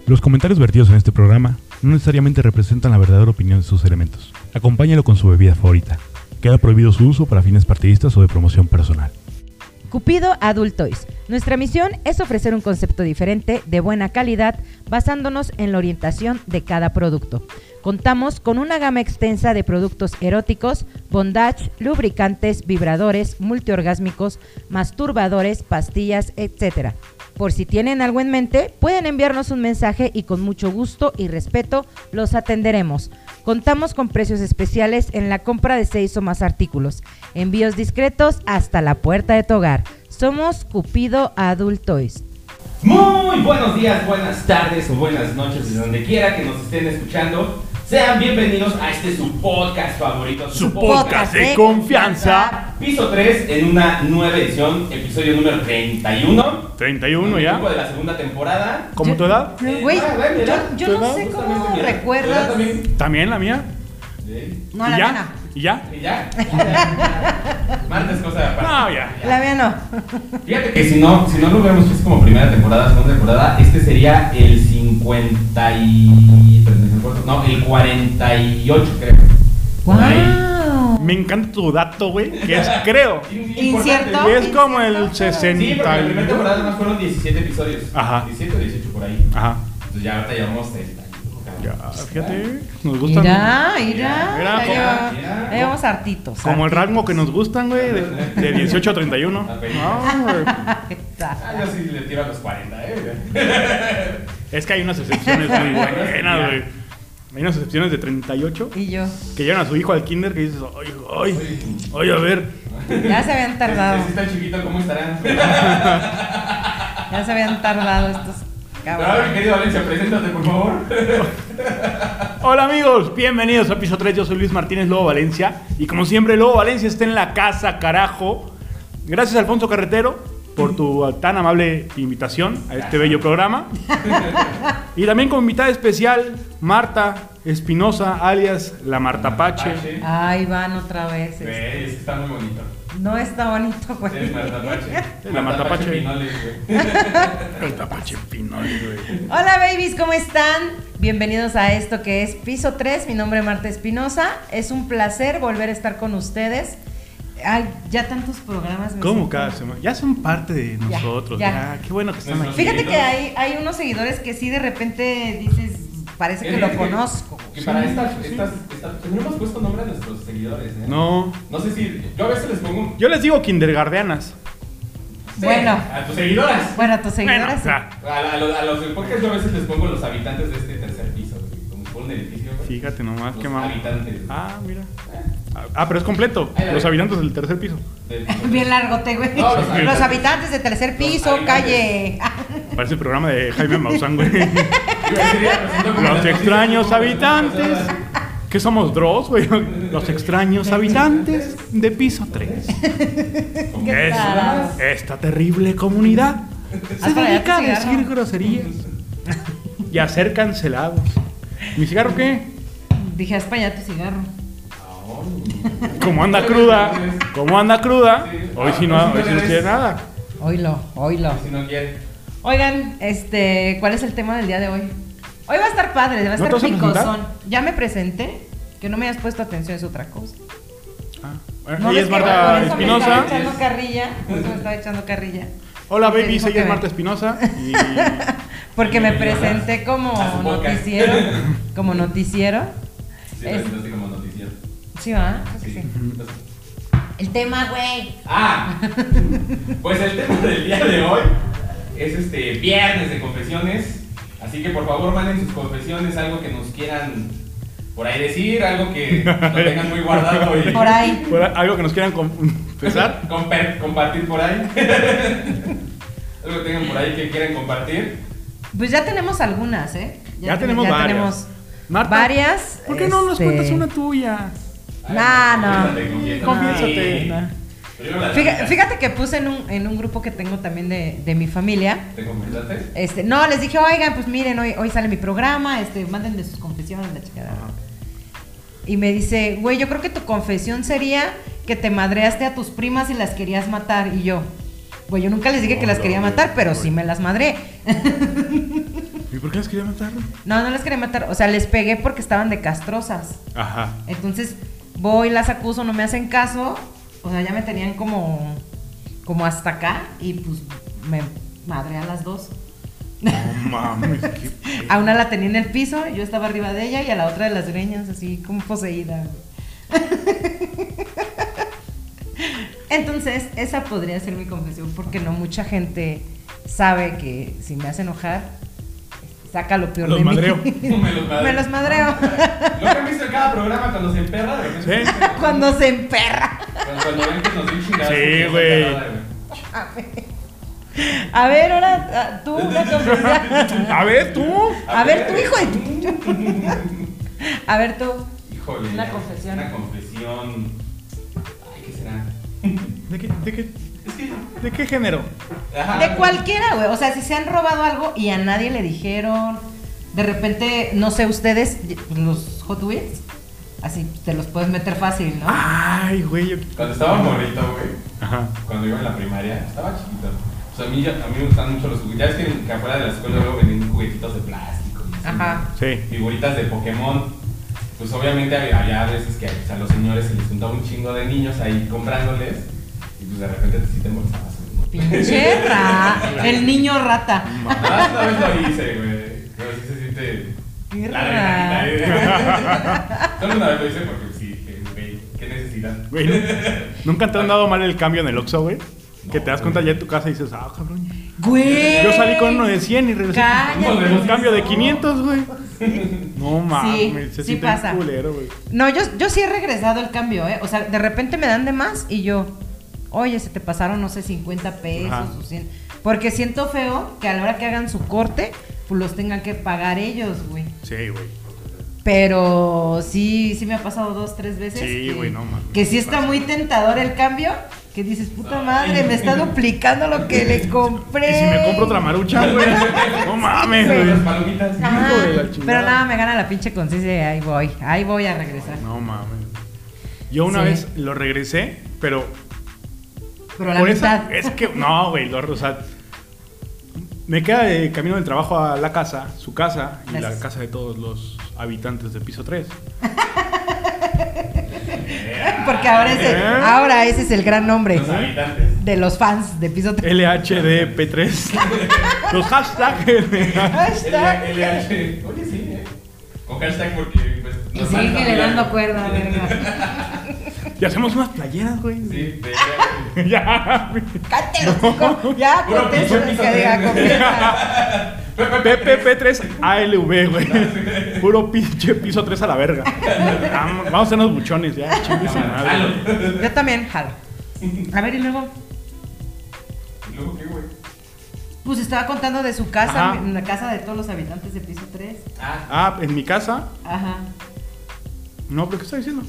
Los comentarios vertidos en este programa no necesariamente representan la verdadera opinión de sus elementos. Acompáñalo con su bebida favorita. Queda prohibido su uso para fines partidistas o de promoción personal. Cupido Adult Toys. Nuestra misión es ofrecer un concepto diferente, de buena calidad, basándonos en la orientación de cada producto. Contamos con una gama extensa de productos eróticos, bondage, lubricantes, vibradores, multiorgásmicos, masturbadores, pastillas, etc. Por si tienen algo en mente, pueden enviarnos un mensaje y con mucho gusto y respeto los atenderemos. Contamos con precios especiales en la compra de 6 o más artículos. Envíos discretos hasta la puerta de tu hogar. Somos Cupido Adult Toys. Muy buenos días, buenas tardes o buenas noches, desde donde quiera que nos estén escuchando. Sean bienvenidos a su podcast favorito, Su podcast de confianza. Piso 3 en una nueva edición, episodio número 31. 31 ya. De la segunda temporada. ¿Cómo tu edad? Güey, yo no sé cómo recuerdas. ¿También la mía. Sí. No, la mía no. ¿Y ya? ¿Y ya? Martes cosa de aparte. No, ya. La mía no. Fíjate que si no lo vemos es como primera temporada, segunda temporada, este sería el 50 y... No, el 48 creo. ¡Wow! Me encanta tu dato, güey, que es creo. ¿Incierto? Y es como el 60. Sí, porque la primera temporada además fueron 17 episodios. Ajá. 17 o 18 por ahí. Ajá. Entonces ya ahorita llevamos 30. Ya, fíjate, nos gustan. Mira, Mira. llevamos hartitos. Como el rango que nos gustan, güey, de 18 a 31. No, güey. yo sí le tiro a los 40, Es que hay unas excepciones muy buenas, güey. Hay unas excepciones de 38 Y yo. que llevan a su hijo al kinder que dices, ay, a ver. Ya se habían tardado. Si está chiquito, ¿cómo estarán? Ya se habían tardado estos Pero a ver, cabrones. mi querido Valencia, preséntate, por favor. Hola amigos, bienvenidos a Piso 3, yo soy Luis Martínez Lobo Valencia. Y como siempre, Lobo Valencia está en la casa, carajo. Gracias Alfonso Carretero por tu tan amable invitación a este bello programa. Y también como invitada especial, Marta Espinosa, alias la Martapache. Ay, van otra vez. Ves, está muy bonito. No está bonito, güey. Es Martapache. La Martapache. Pinoles, güey. Martapache Pinoli, güey. Hola babies, ¿cómo están? Bienvenidos a esto que es Piso 3, mi nombre es Marta Espinosa. Es un placer volver a estar con ustedes. Ay, ya tantos programas. ¿Cómo cada semana? Ya son parte de nosotros, ya. Qué bueno que están aquí. Fíjate que hay unos seguidores que sí de repente dices, parece que lo conozco. Que para estas no hemos puesto nombre a nuestros seguidores, ¿eh? No. No sé si. Yo a veces les pongo. Yo les digo kindergardeanas. Sí, Bueno. a tus seguidoras. Bueno, a tus seguidores. Bueno, o sea, A los del podcast yo a veces les pongo los habitantes de este tercer piso, güey. Como si fuera un edificio, güey. fíjate nomás, Los qué mal. habitantes. Ah, mira. Pero es completo. Ahí la Los ves. habitantes del tercer piso. Bien largote, güey. No, los habitantes de tercer piso, calle. Parece el programa de Jaime Maussan, güey. Yo sería presento como Los las extraños noticias, habitantes. o sea, ¿Qué somos, Dross, güey? Los extraños habitantes de piso 3. como- ¿Qué tal? Esta terrible comunidad se Haz para allá dedica a tu cigarro. decir groserías y a ser cancelados. ¿Mi cigarro qué? Dije, haz para allá tu cigarro. Como anda cruda, Sí. hoy sí no quiere nada. Oílo. Si no quiere. Oigan, ¿cuál es el tema del día de hoy? Hoy va a estar padre, va a ¿No estar te vas a presentar? picosón. Ya me presenté, que no me hayas puesto atención es otra cosa. Ella ves es que Marta por eso me estaba Espinosa. echando carrilla, por eso me estaba echando carrilla. Hola Porque baby, dijo ella que es me- Marta Espinosa. Y Porque me presenté como A su podcast. noticiero. Como noticiero. Sí, Es- presentaste como noticiero. Sí, ¿va? Creo que Sí. sí. El tema, güey. Pues el tema del día de hoy es viernes de confesiones. Así que por favor manden sus confesiones, algo que nos quieran por ahí decir, algo que lo tengan muy guardado y Por ahí. algo que nos quieran confesar. compartir por ahí. Algo que tengan por ahí que quieran compartir. Pues ya tenemos algunas, ¿eh? Ya tenemos varias. tenemos Marta, varias. ¿por qué no nos cuentas una tuya? No. Confiésate. No. Primero la Fíjate que puse en un grupo que tengo también de mi familia. ¿Te confesaste? No, les dije, oigan, pues miren, hoy sale mi programa, mándenme sus confesiones, la chingada. Y me dice, güey, yo creo que tu confesión sería que te madreaste a tus primas y las querías matar. Y yo, güey, yo nunca les dije que las quería matar, pero sí me las madré. ¿Y por qué las quería matar? No, no las quería matar. O sea, les pegué porque estaban de castrosas. Ajá. Entonces, voy, las acuso, no me hacen caso. O sea, ya me tenían como hasta acá. Y pues me madré a las dos. No mames, qué A una la tenía en el piso, yo estaba arriba de ella, y a la otra de las greñas, así como poseída. Entonces, esa podría ser mi confesión, porque no mucha gente sabe que si me hace enojar, saca lo peor Los de madreo. mí. Me Me los madreo. ¿Lo que han visto en cada programa cuando se emperra? De repente Sí. Cuando se emperra. Cuando ven que nos ven chingados. Sí, güey. A ver, ahora tú una confesión. A ver, tú. A ver, tú, hijo de tu... A ver, tú. Híjole. Una confesión. Una confesión. Ay, ¿qué será? ¿De qué género? Ajá. De cualquiera, güey. O sea, si se han robado algo y a nadie le dijeron, de repente, no sé, ustedes, los Hot Wheels, así te los puedes meter fácil, ¿no? Ay, güey. Cuando estaba morrito, güey. Ajá. Cuando iba en la primaria, estaba chiquito. Pues a mí me gustan mucho los juguetes. Ya ves que afuera de la escuela luego venden juguetitos de plástico. Y así, Ajá. Sí. figuritas de Pokémon. Pues obviamente había veces que pues, a los señores se les juntaba un chingo de niños ahí comprándoles. Y pues de repente sí te embolsabas. ¿No? Pinche el niño rata. Nada más una vez lo hice, güey. Pero sí se siente Qué la adrenalina. Solo una vez lo hice porque sí, güey, qué necesidad. Güey, ¿nunca te han dado mal el cambio en el Oxxo, güey? Que No, te das cuenta ya en tu casa y dices, ah, cabrón. Güey. Yo salí con uno de 100 y regresé Cállate. con un cambio de 500, güey. No mames, Sí, se sí siente pasa. culero, güey. No, yo sí he regresado el cambio, ¿eh? O sea, de repente me dan de más y yo, oye, se te pasaron, no sé, 50 pesos Ajá. o 100. Porque siento feo que a la hora que hagan su corte, pues los tengan que pagar ellos, güey. Sí, güey. Pero sí me ha pasado 2, 3 veces. Sí, que- güey, no mames. Que sí está muy tentador el cambio. Que dices, puta madre, me está duplicando lo que le compré. Y si me compro otra marucha, güey. No mames, Sí, güey. Las palomitas. Ajá, Hijo de la chingada. pero nada, me gana la pinche conciencia y ahí voy a regresar. No mames. Yo una Sí. vez lo regresé, pero Pero la por mitad. eso es que no, güey, o sea, me queda de camino del trabajo a la casa, su casa y Gracias. la casa de todos los habitantes del piso 3. Porque ahora ese es el gran nombre Los habitantes. de los fans de piso 3. LHDP3. Los hashtags. Hashtag. LH. Oye, sí, con hashtag porque pues. Y nos manda sigue le dando familiar. cuerda, verga. Y hacemos unas playeras, güey. Sí, Ya. Cállate los hijos. Ya, Puro contesto pinche piso que diga, tres. confiesa. PPP3 ALV, güey. Puro pinche piso 3 a la verga. Vamos a hacernos buchones, ya. Chingue su madre. Yo también, jalo. A ver, y luego, ¿Y luego qué, güey? pues estaba contando de su casa, Ajá. la casa de todos los habitantes de piso 3. Ah, En mi casa. Ajá. No, ¿pero qué está diciendo?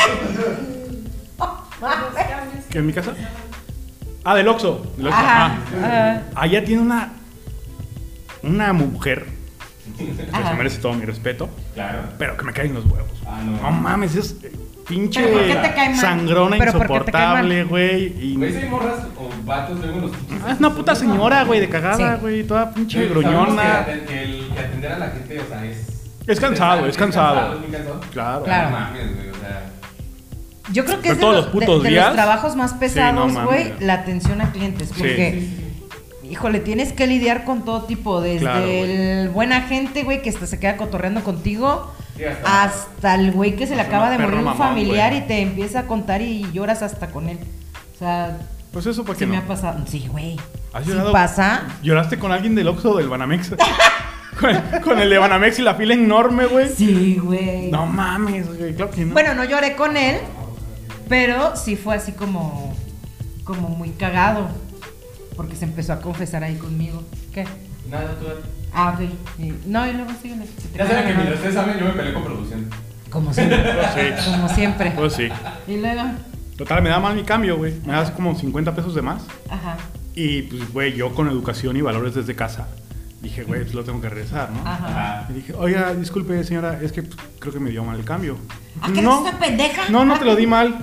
¿Que en mi casa? Del Oxxo. Del Oxxo. Ajá. Ajá. Allá tiene una mujer que Ajá. se merece todo mi respeto, claro. pero que me caen los huevos. Ah, no. No mames, es pinche ¿Pero por qué te cae mal? sangrona ¿Pero por qué te cae mal? insoportable, güey. Y Güey, si hay morras o vatos luego los pinches. es una puta señora, güey, de cagada, Sí. güey, toda pinche Sabemos gruñona. que atender a la gente, o sea, es. Es cansado, es cansado. Es muy cansado. Claro. Claro. No mames, güey, o sea. Yo creo que Pero es de todos los, los putos de días. los trabajos más pesados, no güey, mames. la atención a clientes. Porque, híjole, tienes que lidiar con todo tipo, desde Claro, güey. el buena gente, güey, que hasta se queda cotorreando contigo, Sí, hasta- hasta el güey que se le Es acaba una de morir perra un mamón, familiar güey. y te empieza a contar y lloras hasta con él. O sea, Pues eso, ¿para sí qué me no? ha pasado. Sí, güey. ¿Has Sí llorado? pasa. ¿Lloraste con alguien del Oxxo o del Banamex? con el de Banamex y la fila enorme, güey. Sí, güey. No mames, güey, claro que no. Bueno, no lloré con él, pero sí fue así como muy cagado. Porque se empezó a confesar ahí conmigo. ¿Qué? Nada, tú. Ah, ok. No, y luego síguele. Se te Ya cae saben la que mano. mientras ustedes saben, yo me peleé con producción. Como siempre. Pues sí. Como siempre. Pues sí. Y luego. Total, me da mal mi cambio, güey. Me das como 50 pesos de más. Ajá. Y pues, güey, yo con educación y valores desde casa, dije, güey, pues lo tengo que regresar, ¿no? Ajá. Ajá. Y dije, oiga, disculpe, señora, es que pues, creo que me dio mal el cambio. ¿Ah, que no estás pendeja? No te lo di mal.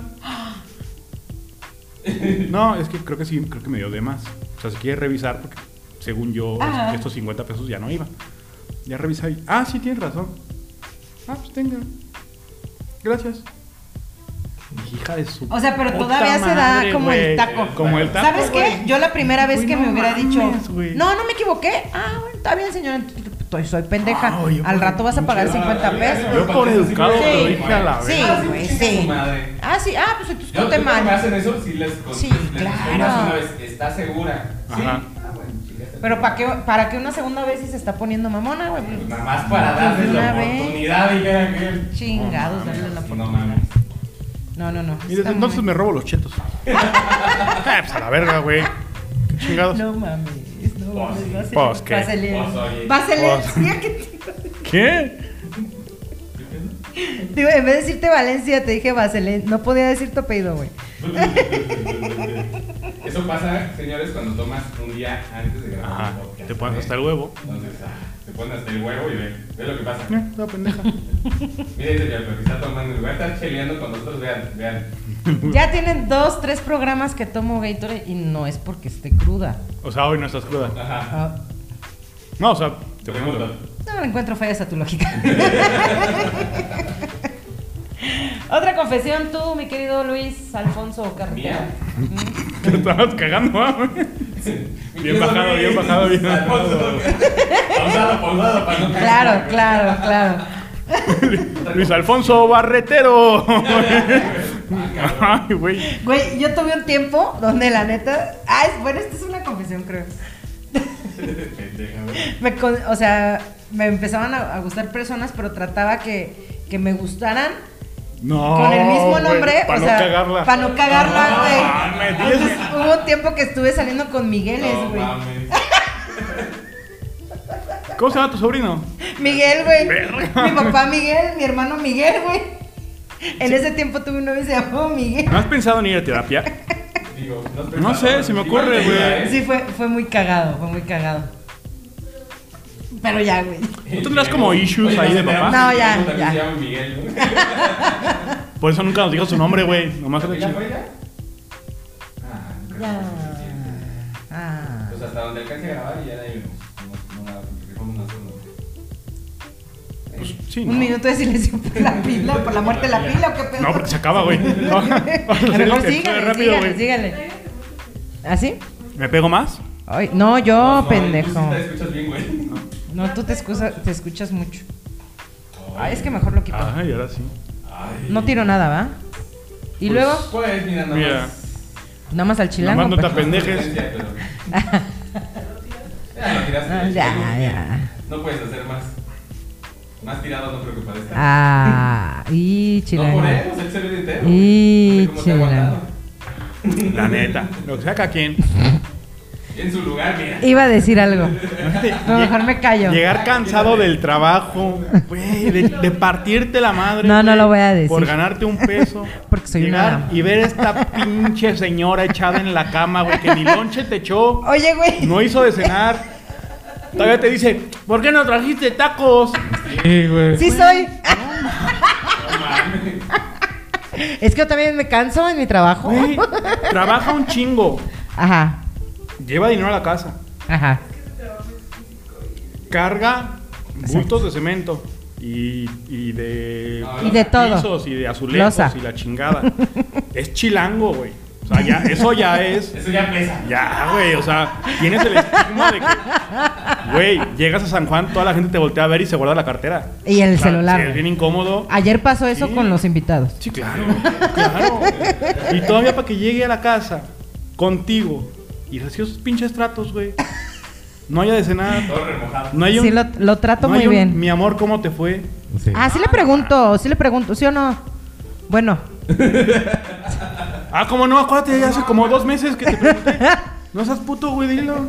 No, es que creo que me dio de más. O sea, se quiere revisar porque según yo Ajá. estos 50 pesos ya no iban. Ya revisa ahí. Ah, sí, tienes razón. Ah, pues tenga. Gracias. Hija de su. O sea, pero puta todavía se da madre, como güey. el taco. Como el taco. ¿Sabes qué? Yo la primera vez Güey, que no me hubiera mames, dicho, güey. no me equivoqué. Ah, bueno, está bien, señora. Soy pendeja. Ah, oye, Al por rato vas a pagar pinche- 50 pesos. Yo por educado Sí. te lo dije a la vez. Sí, güey, sí. Ah, sí, pues entonces Yo conté cuando me mal. hacen eso, sí les Sí, claro. una vez, ¿estás segura? Sí. Ajá. Bueno, chingaste. Pero ¿para qué una segunda vez si se está poniendo mamona, güey? Pues nada más para darles Una la vez. oportunidad y que aquel. Chingados, darle la No oportunidad. mames. No. Y desde entonces me robo los chetos. Pues a la verga, güey. Qué chingados. No mames, no mames. Pues, ¿qué? Vaselina. Pues, oye. Vaselina. Pues. Mira que ¿Qué? digo, en vez de decirte Valencia, te dije Vaselina. No podía decir tu apellido, güey. Eso pasa, señores, cuando tomas un día antes de grabar Ajá. un podcast. Te pones ¿eh? hasta el huevo. Entonces, te pones hasta el huevo y ve lo que pasa. La pendeja. Miren, señor, pero que está tomando, en lugar de estar cheleando con nosotros, vean. Ya tienen 2, 3 programas que tomo Gatorade y no es porque esté cruda. O sea, hoy no estás cruda. Ajá. Ah, No, o sea, te Pregunto. no le encuentro fallas a tu lógica. Otra confesión, tú, mi querido Luis Alfonso Carretera. Te estabas cagando, ¿ah? Bien bajado, bien bajado, bien bajado. Pausado para no caer. Claro. Luis Alfonso Barretero. Ay, güey. Güey, yo tuve un tiempo donde la neta. Bueno, esta es una confesión, creo. O sea, me empezaban a gustar personas, pero trataba que me gustaran No. con el mismo nombre. Para o no sea, cagarla. Para no cagarla, No, güey. mames, Entonces hubo un tiempo que estuve saliendo con Migueles, No güey. mames. ¿Cómo se llama tu sobrino? Miguel, güey. Verga. Mi papá Miguel, mi hermano Miguel, güey. En ese tiempo tuve un novio que se llamó Miguel. ¿No has pensado en ir a terapia? Digo, No sé, se me ocurre, Igual te ayuda, güey. ¿eh? Sí, fue muy cagado, Pero ya, güey. ¿No tendrás como issues Oye, ahí de se papá? llama- No, ya, también ya. se llama Miguel, ¿no? Por eso nunca nos dijo su nombre, güey. Nomás era ¿Ya chido. fue ya? Ah, creo que Ya. fue suficiente. Ah. Pues hasta donde alcance a grabar y ya de ahí vemos. Dejamos una segunda. Pues sí, Un ¿no? minuto de silencio por la pila, por la muerte de la pila o qué pedo. No, porque se acaba, güey. No, vamos a A hacer lo mejor el episodio sígale. güey. ¿Así? ¿Me pego más? Ay, no, yo, No, pendejo. Tú sí te escuchas bien, güey. No, tú te escuchas mucho. Ay, es que mejor lo quito. Ay, ahora sí. Ay. No tiro nada, ¿va? Y Pues, luego, Pues mira, nada Mira. más. nada más al chilango. Nomás no te pero- apendejes. Ya lo tiraste. Ah, ya. No puedes hacer más. Más tirado no creo que parezca. Y No chilango. por él, o sea, él se ve entero. Y No sé cómo te ha chilango. aguantado. La neta. Lo que sea cada quien. Y en su lugar, mira. Iba a decir algo. Pero mejor me callo. Llegar cansado del trabajo, güey, de partirte la madre. No, no güey, lo voy a decir. Por ganarte un peso. Porque soy Llegar una- y ver esta pinche señora echada en la cama, güey, que ni lonche te echó, Oye, güey. no hizo de cenar. Todavía te dice, ¿por qué no trajiste tacos? Sí, güey. Sí soy. No mames. Es que yo también me canso en mi trabajo. Güey, trabaja un chingo. Ajá. Lleva dinero a la casa. Ajá. Carga bultos de cemento. Y de Y de todo. pisos y de azulejos Losa. y la chingada. Es chilango, güey. O sea, ya, eso ya es. Eso ya pesa. Ya, güey. O sea, tienes el estigma de que, güey, llegas a San Juan, toda la gente te voltea a ver y se guarda la cartera. Y el O sea, celular. sí, es bien incómodo. Ayer pasó eso Sí. con los invitados. Sí, claro. Claro. Y todavía para que llegue a la casa contigo y reciba esos pinches tratos, güey. No haya de cenar. Todo remojado. No hay un. Sí, lo trato no hay muy un, bien. Mi amor, ¿cómo te fue? Ah, sí le pregunto, ¿sí o no? Bueno, Ah, ¿cómo no? Acuérdate, ya hace como 2 meses que te pregunté. No seas puto, güey, dilo.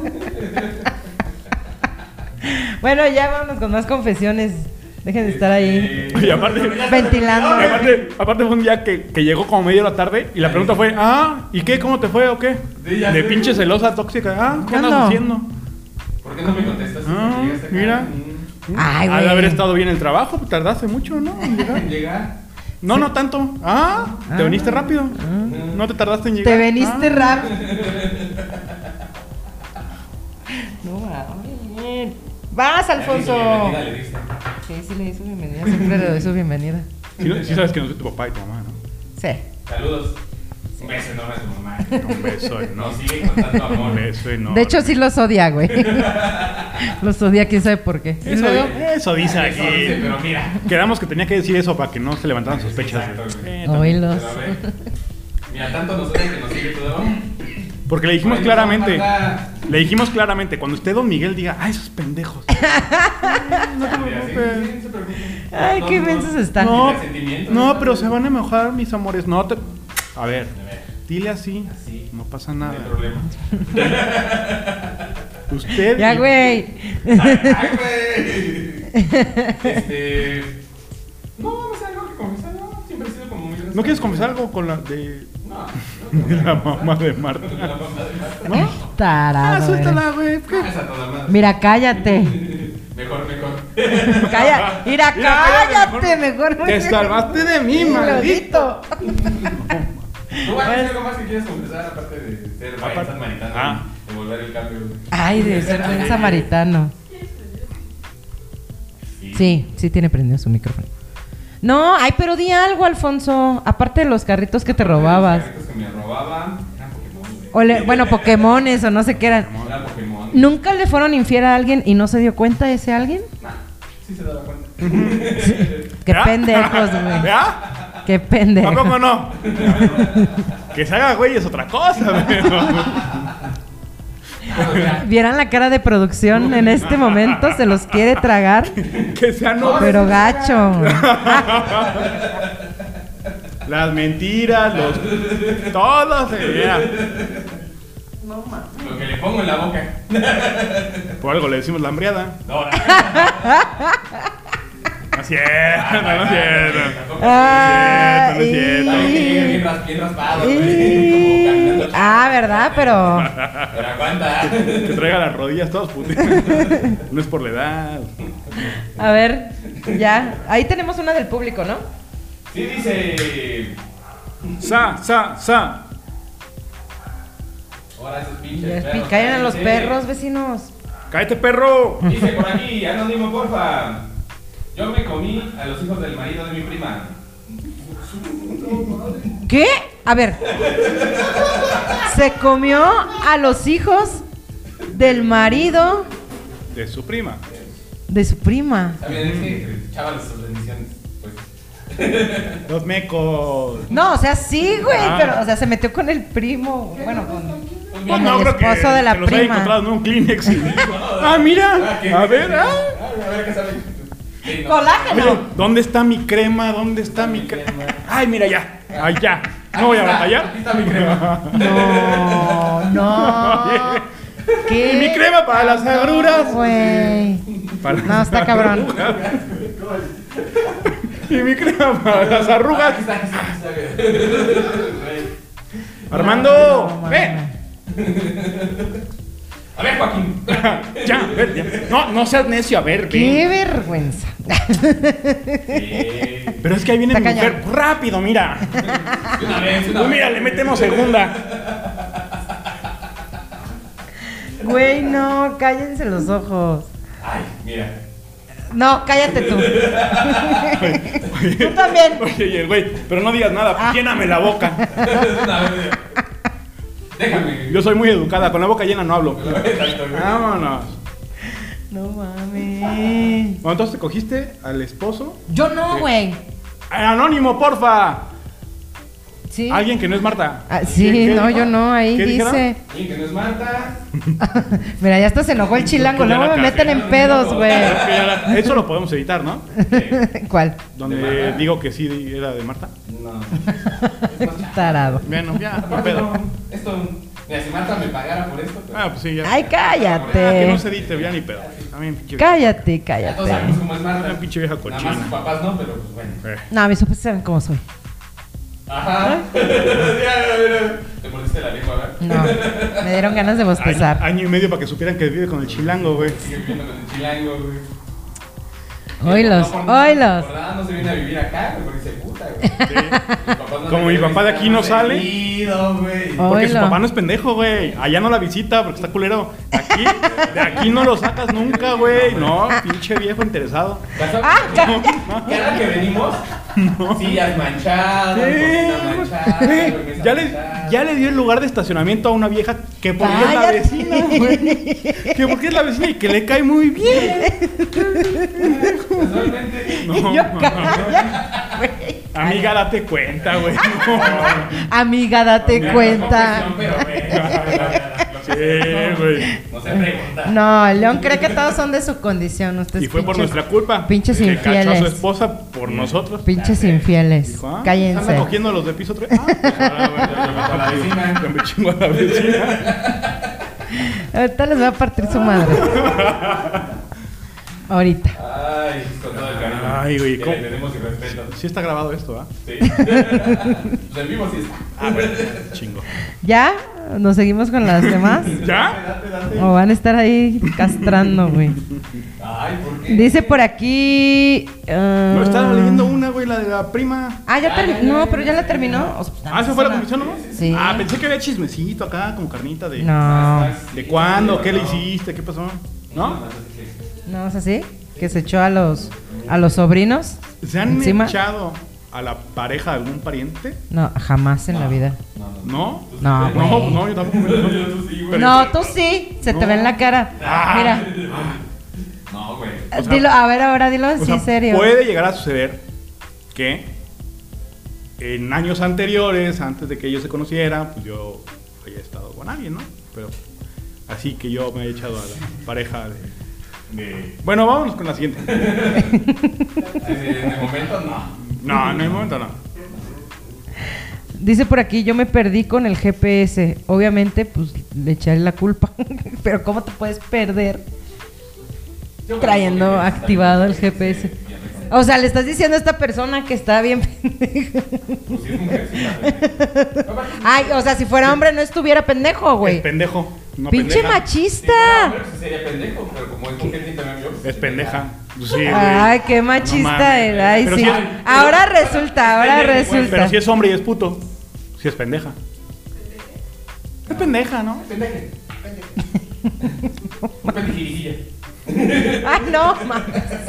bueno, ya vámonos con más confesiones. Dejen de estar ahí Y aparte, ventilando. aparte fue un día que llegó como medio de la tarde y la pregunta fue, ¿y qué? ¿Cómo te fue o qué? Sí, ya De sé. pinche celosa, tóxica. ¿Qué andas ¿Cuándo? haciendo? ¿Por qué no me contestas? Ah, Llegaste acá. mira. Ay, Ha de güey. haber estado bien el trabajo, pues tardaste mucho, ¿no? En llegar. Llegar. No, no tanto. Te viniste rápido. No te tardaste en llegar. Te veniste Ah. rap. No, mames. Vas, Alfonso. Bienvenida le diste. Sí, le hizo bienvenida. Siempre le doy su bienvenida. Sí sabes que no soy tu papá y tu mamá, ¿no? Sí. Saludos. Un beso enorme a tu mamá. Un beso, ¿no? Nos sigue con tanto amor. Un beso enorme. De hecho, sí los odia, güey. Los odia, quién sabe por qué. Eso dice Eso dice, aquí. pero mira. Quedamos que tenía que decir eso para que no se levantaran sospechas. Exacto, güey. También. Oílos. Pero a ver. Mira, tanto nosotros que nos sigue todo. Porque le dijimos Por ahí nos claramente. falta- Le dijimos claramente, cuando usted Don Miguel diga, ¡ay, esos pendejos! No te Mira, sí, preocupes. sí, se preocupen. Ay, qué mensos están. No, Resentimiento, no, ¿no? pero se van a enojar, mis amores. No te. A ver, A ver, dile así. así. No pasa No nada. hay problema. Usted. Ya, güey. Ay, güey. No, no sé algo que confesar, no. Siempre he sido como muy. ¿No quieres confesar algo con la de No. de la mamá de Marta? La mamá de Marta. ¿No? Tarado. Suéltala, güey. ¿qué? Ah, esa toda madre. Mira, cállate. Mejor. Mira, Mira, cállate, mejor. Te salvaste de mí, maldito. ¿Tú vas a decir algo más que quieres confesar aparte de ser buen samaritano y devolver el cambio? Ay, de ser buen samaritano. Sí tiene prendido su micrófono. No, ay, pero di algo, Alfonso. Aparte de los carritos que te robabas. Los carritos que me robaban eran Pokémon, güey. Bueno, Pokémones o no sé qué eran. Eran Pokémon. ¿Nunca le fueron infiel a alguien y no se dio cuenta ese alguien? Nah, sí se daba cuenta. Qué ¿Ya? pendejos, güey. ¿Ya? Qué pendejos. Tampoco no. Que se haga güey es otra cosa, Vieran la cara de producción en este momento, se los quiere tragar, Que sea no. pero gacho. Las mentiras, los. Todo se vea. Lo que le pongo en la boca. Por algo le decimos la hambriada. No, No es cierto, no es cierto. Ah, No es cierto, no es cierto. Bien raspado, güey. Como caminando. ¿Verdad? Pero Pero aguanta. Que traiga las rodillas todas putas. No es por la edad. a ver, ya. Ahí tenemos una del público, ¿no? Sí, dice. Sa. Ahora esos pinches perros. Caen a los cállense. perros, vecinos. ¡Cállate, perro! Dice por aquí, anónimo, porfa. Yo me comí a los hijos del marido de mi prima. ¿Qué? A ver. Se comió a los hijos del marido De su prima. de su prima. También es que echaba sus bendiciones. Pues. Los mecos. No, o sea, sí, güey, Ah. pero, o sea, se metió con el primo. Bueno, con Pues el esposo de la que los haya prima. encontrado en un Kleenex. Mira. A ver, A ver qué sabe. Sí, no. Colágeno. Oye, ¿dónde está mi crema? ¿Dónde está mi crema? Ay, mira ya. Ay, ya. No voy a batallar. Aquí está mi crema. No. ¿Qué? Y mi crema para las agruras. Güey. Para No, las está cabrón. arrugas. Y mi crema para las arrugas. Aquí está. Güey. Armando, No, ven. A ver, Joaquín. Ya, ven, ya. No seas necio, a ver, Qué ven. vergüenza. Pero es que ahí viene mi Está mujer. Rápido, mira. Una vez, Pues mira, le metemos segunda. Güey, no, cállense los ojos. Ay, mira. No, cállate tú. Oye, Tú también. Oye, güey, pero no digas nada, Ah. lléname la boca. Una vez, mira. Déjame. Yo soy muy educada, con la boca llena no hablo. Exacto, güey. Vámonos. No mames. Bueno, entonces te cogiste al esposo. Yo no, güey. Anónimo, porfa. Sí. Alguien que no es Marta. Sí, ¿Qué no, dijo? yo no, ahí ¿Qué dijeron? dice. Alguien que no es Marta. Mira, ya hasta se enojó el chilango, Ya la luego me cagué. meten en pedos, güey. Es que ya eso lo podemos editar, ¿no? ¿Cuál? Donde ¿De Marta? digo que sí era de Marta. No. Tarado. Bueno, ya, no Aparte, pedo. no, esto. Mira, si Marta me pagara por esto. Pues, Ah, pues sí, ya. Ay, Que cállate. no se edite, ya ni pedo. También pinche. Cállate, ya todos sabemos cállate. cómo es Marta. Una pinche vieja Nada más cochina. sus papás no, pero pues bueno. No, mis papás saben cómo soy. Ajá. Ya. Te mordiste la lengua, ¿verdad? No, me dieron ganas de bostezar. Año y medio para que supieran que vive con el chilango, güey. Sigue viviendo con el chilango, güey. Oílos, No, por oílos. nada no se viene a vivir acá, güey, porque se puta, güey. Sí. Como mi papá de aquí no sale. Güey. Porque su Oilo. papá no es pendejo, güey. Allá no la visita porque está culero. De aquí no lo sacas nunca, güey. No, pinche viejo interesado. Cada que venimos, sillas manchadas, cocina manchada, Güey, mesa ya le dio el lugar de estacionamiento a una vieja que porque es la Cállate. vecina, güey. Que porque es la vecina y que le cae muy bien. Casualmente. No, Yo, no. calla, güey. Amiga, date cuenta, güey. No. Amiga, date Mira, cuenta. no, pero, Sí, güey. no se pregunta. No, el León cree que todos son de su condición. Ustedes Y fue por pinches- nuestra culpa. pinches que cachó a su infieles. esposa por nosotros. Pinches infieles. Dijo, ah, Cállense. anda cogiendo los de piso 3. Ah, pues ahora, güey, A la vecina. yo me chingo a la vecina. Ahorita les voy a partir su madre. Ahorita. Ay, con todo el cariño. Ay, güey, que ¿cómo? le tenemos y respeto. Sí está grabado esto, ¿ah? Sí. Pues en vivo sí está. Ah, bueno, chingo. ¿Ya? ¿Nos seguimos con las demás? ¿Ya? Date. ¿O van a estar ahí castrando, güey? Ay, ¿por qué? Dice por aquí... No, estaba leyendo una, güey, la de la prima. Ah, ya terminó. No, pero ya la terminó. O sea, pues, Ah, ¿se fue la comisión, no? Sí. Ah, pensé que había chismecito acá, como carnita de... No. ¿De cuándo? ¿Qué le hiciste? ¿Qué pasó? ¿No? No, es así. Que se echó a los sobrinos. ¿Se han encima. echado a la pareja de algún pariente? No, jamás en la vida. ¿No? No, No, güey. no, yo tampoco. Pero- No, tú sí. Se te No. ve en la cara. Ah. Mira. No, güey. O sea, Dilo, a ver, ahora dilo O sí, sea, serio. puede llegar a suceder que en años anteriores, antes de que ellos se conocieran, pues yo haya estado con alguien, ¿no? Pero así que yo me he echado a la pareja de... Bueno, vámonos con la siguiente. En el momento, no. No, en el momento no. Dice por aquí, yo me perdí con el GPS. Obviamente, pues le echaré la culpa. Pero ¿cómo te puedes perder trayendo activado el GPS? O sea, le estás diciendo a esta persona que está bien pendejo. Pues sí, es mujer, sí, la- Ay, o sea, si fuera hombre no estuviera pendejo, Es güey. pendejo. No Pinche pendeja. Si fuera machista. hombre, pues sería pendejo, pero como es mujer, sí también yo. Es pendeja. Pues sí, güey. Ay, qué machista No mames. él. Ay, Pero sí. si es- Ahora resulta, ahora resulta. Pero si es hombre y es puto, si es pendeja. Es pendeja, ¿no? Pendeje. Un pendejirilla. Ay, no, mames.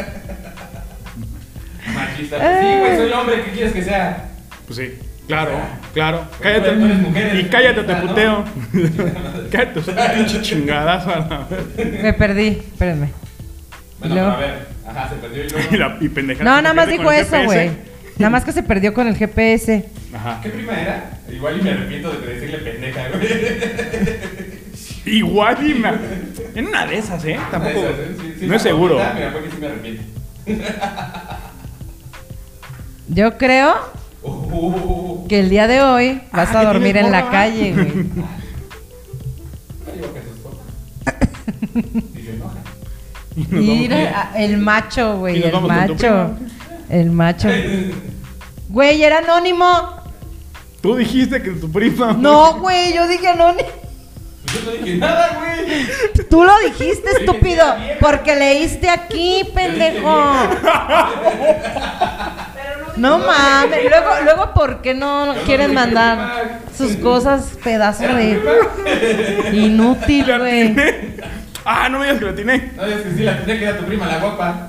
Machista. Pues sí, güey, soy hombre, ¿qué quieres que sea? Pues sí, claro, claro. Tú eres mujer, Y eres cállate, te feminista, puteo. Cállate, es una pinche chingadazo a la vez. Me perdí, espérenme. Bueno, Luego- pero a ver, ajá, se perdió y Y, luego. la, y pendeja. No, nada más con dijo el eso, GPS. güey. Nada más que se perdió con el GPS. Ajá. ¿Qué prima era? Igual y me arrepiento de decirle pendeja, güey. Igual y me... En una de esas, ¿eh? Tampoco. No es seguro. Mira, porque sí me arrepiento. Yo creo que el día de hoy vas Ah, a que dormir tienes en la morra. calle, güey. No digo que se esposa. Y se enoja. Y nos vamos- Mira, el macho, Y güey, nos el vamos con tu macho. prima. El macho. Güey, era anónimo. Tú dijiste que tu prima. No, güey, yo dije anónimo. Pues yo no dije nada, güey. Tú lo dijiste, Dije que estúpido. era vieja. Porque leíste aquí, pendejo. No mames. Luego, ¿por qué no Yo quieren no dije mandar prima. sus cosas, pedazo ¿Era de tu prima? inútil, Le güey? atiné. Ah, no me digas que lo atiné. No, es que sí, la tenía que era tu prima, la guapa.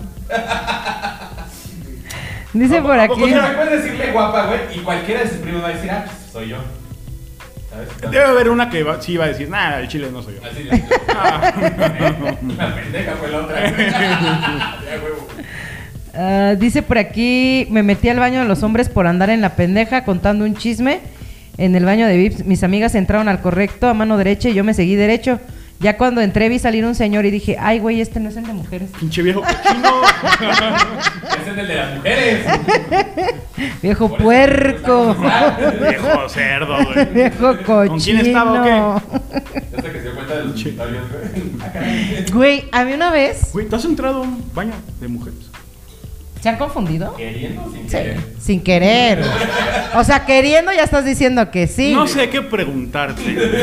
Dice por aquí. O sea, me puedes decirle guapa, güey, y cualquiera de sus primos va a decir, ah, pues soy yo. ¿Sabes? Debe haber una que sí va a decir, nada, el chile no soy yo. Así de. La pendeja fue la otra. Ya, huevo. Dice por aquí, me metí al baño de los hombres por andar en la pendeja contando un chisme. En el baño de VIPs, mis amigas entraron al correcto a mano derecha y yo me seguí derecho. Ya cuando entré vi salir un señor y dije, ay, güey, este no es el de mujeres. Pinche viejo cochino. Ese es el de las mujeres. Viejo Por eso puerco. Viejo cerdo, güey. Viejo cochino. ¿Con quién estaba o qué? Ya sé que se dio cuenta de los historias, güey. Ah, caray. Güey, a mí una vez, Güey, ¿tú has entrado a un baño de mujeres? ¿se han confundido? Queriendo o sin Sí, querer. sin querer. O sea, queriendo ya estás diciendo que sí. No sé qué preguntarte.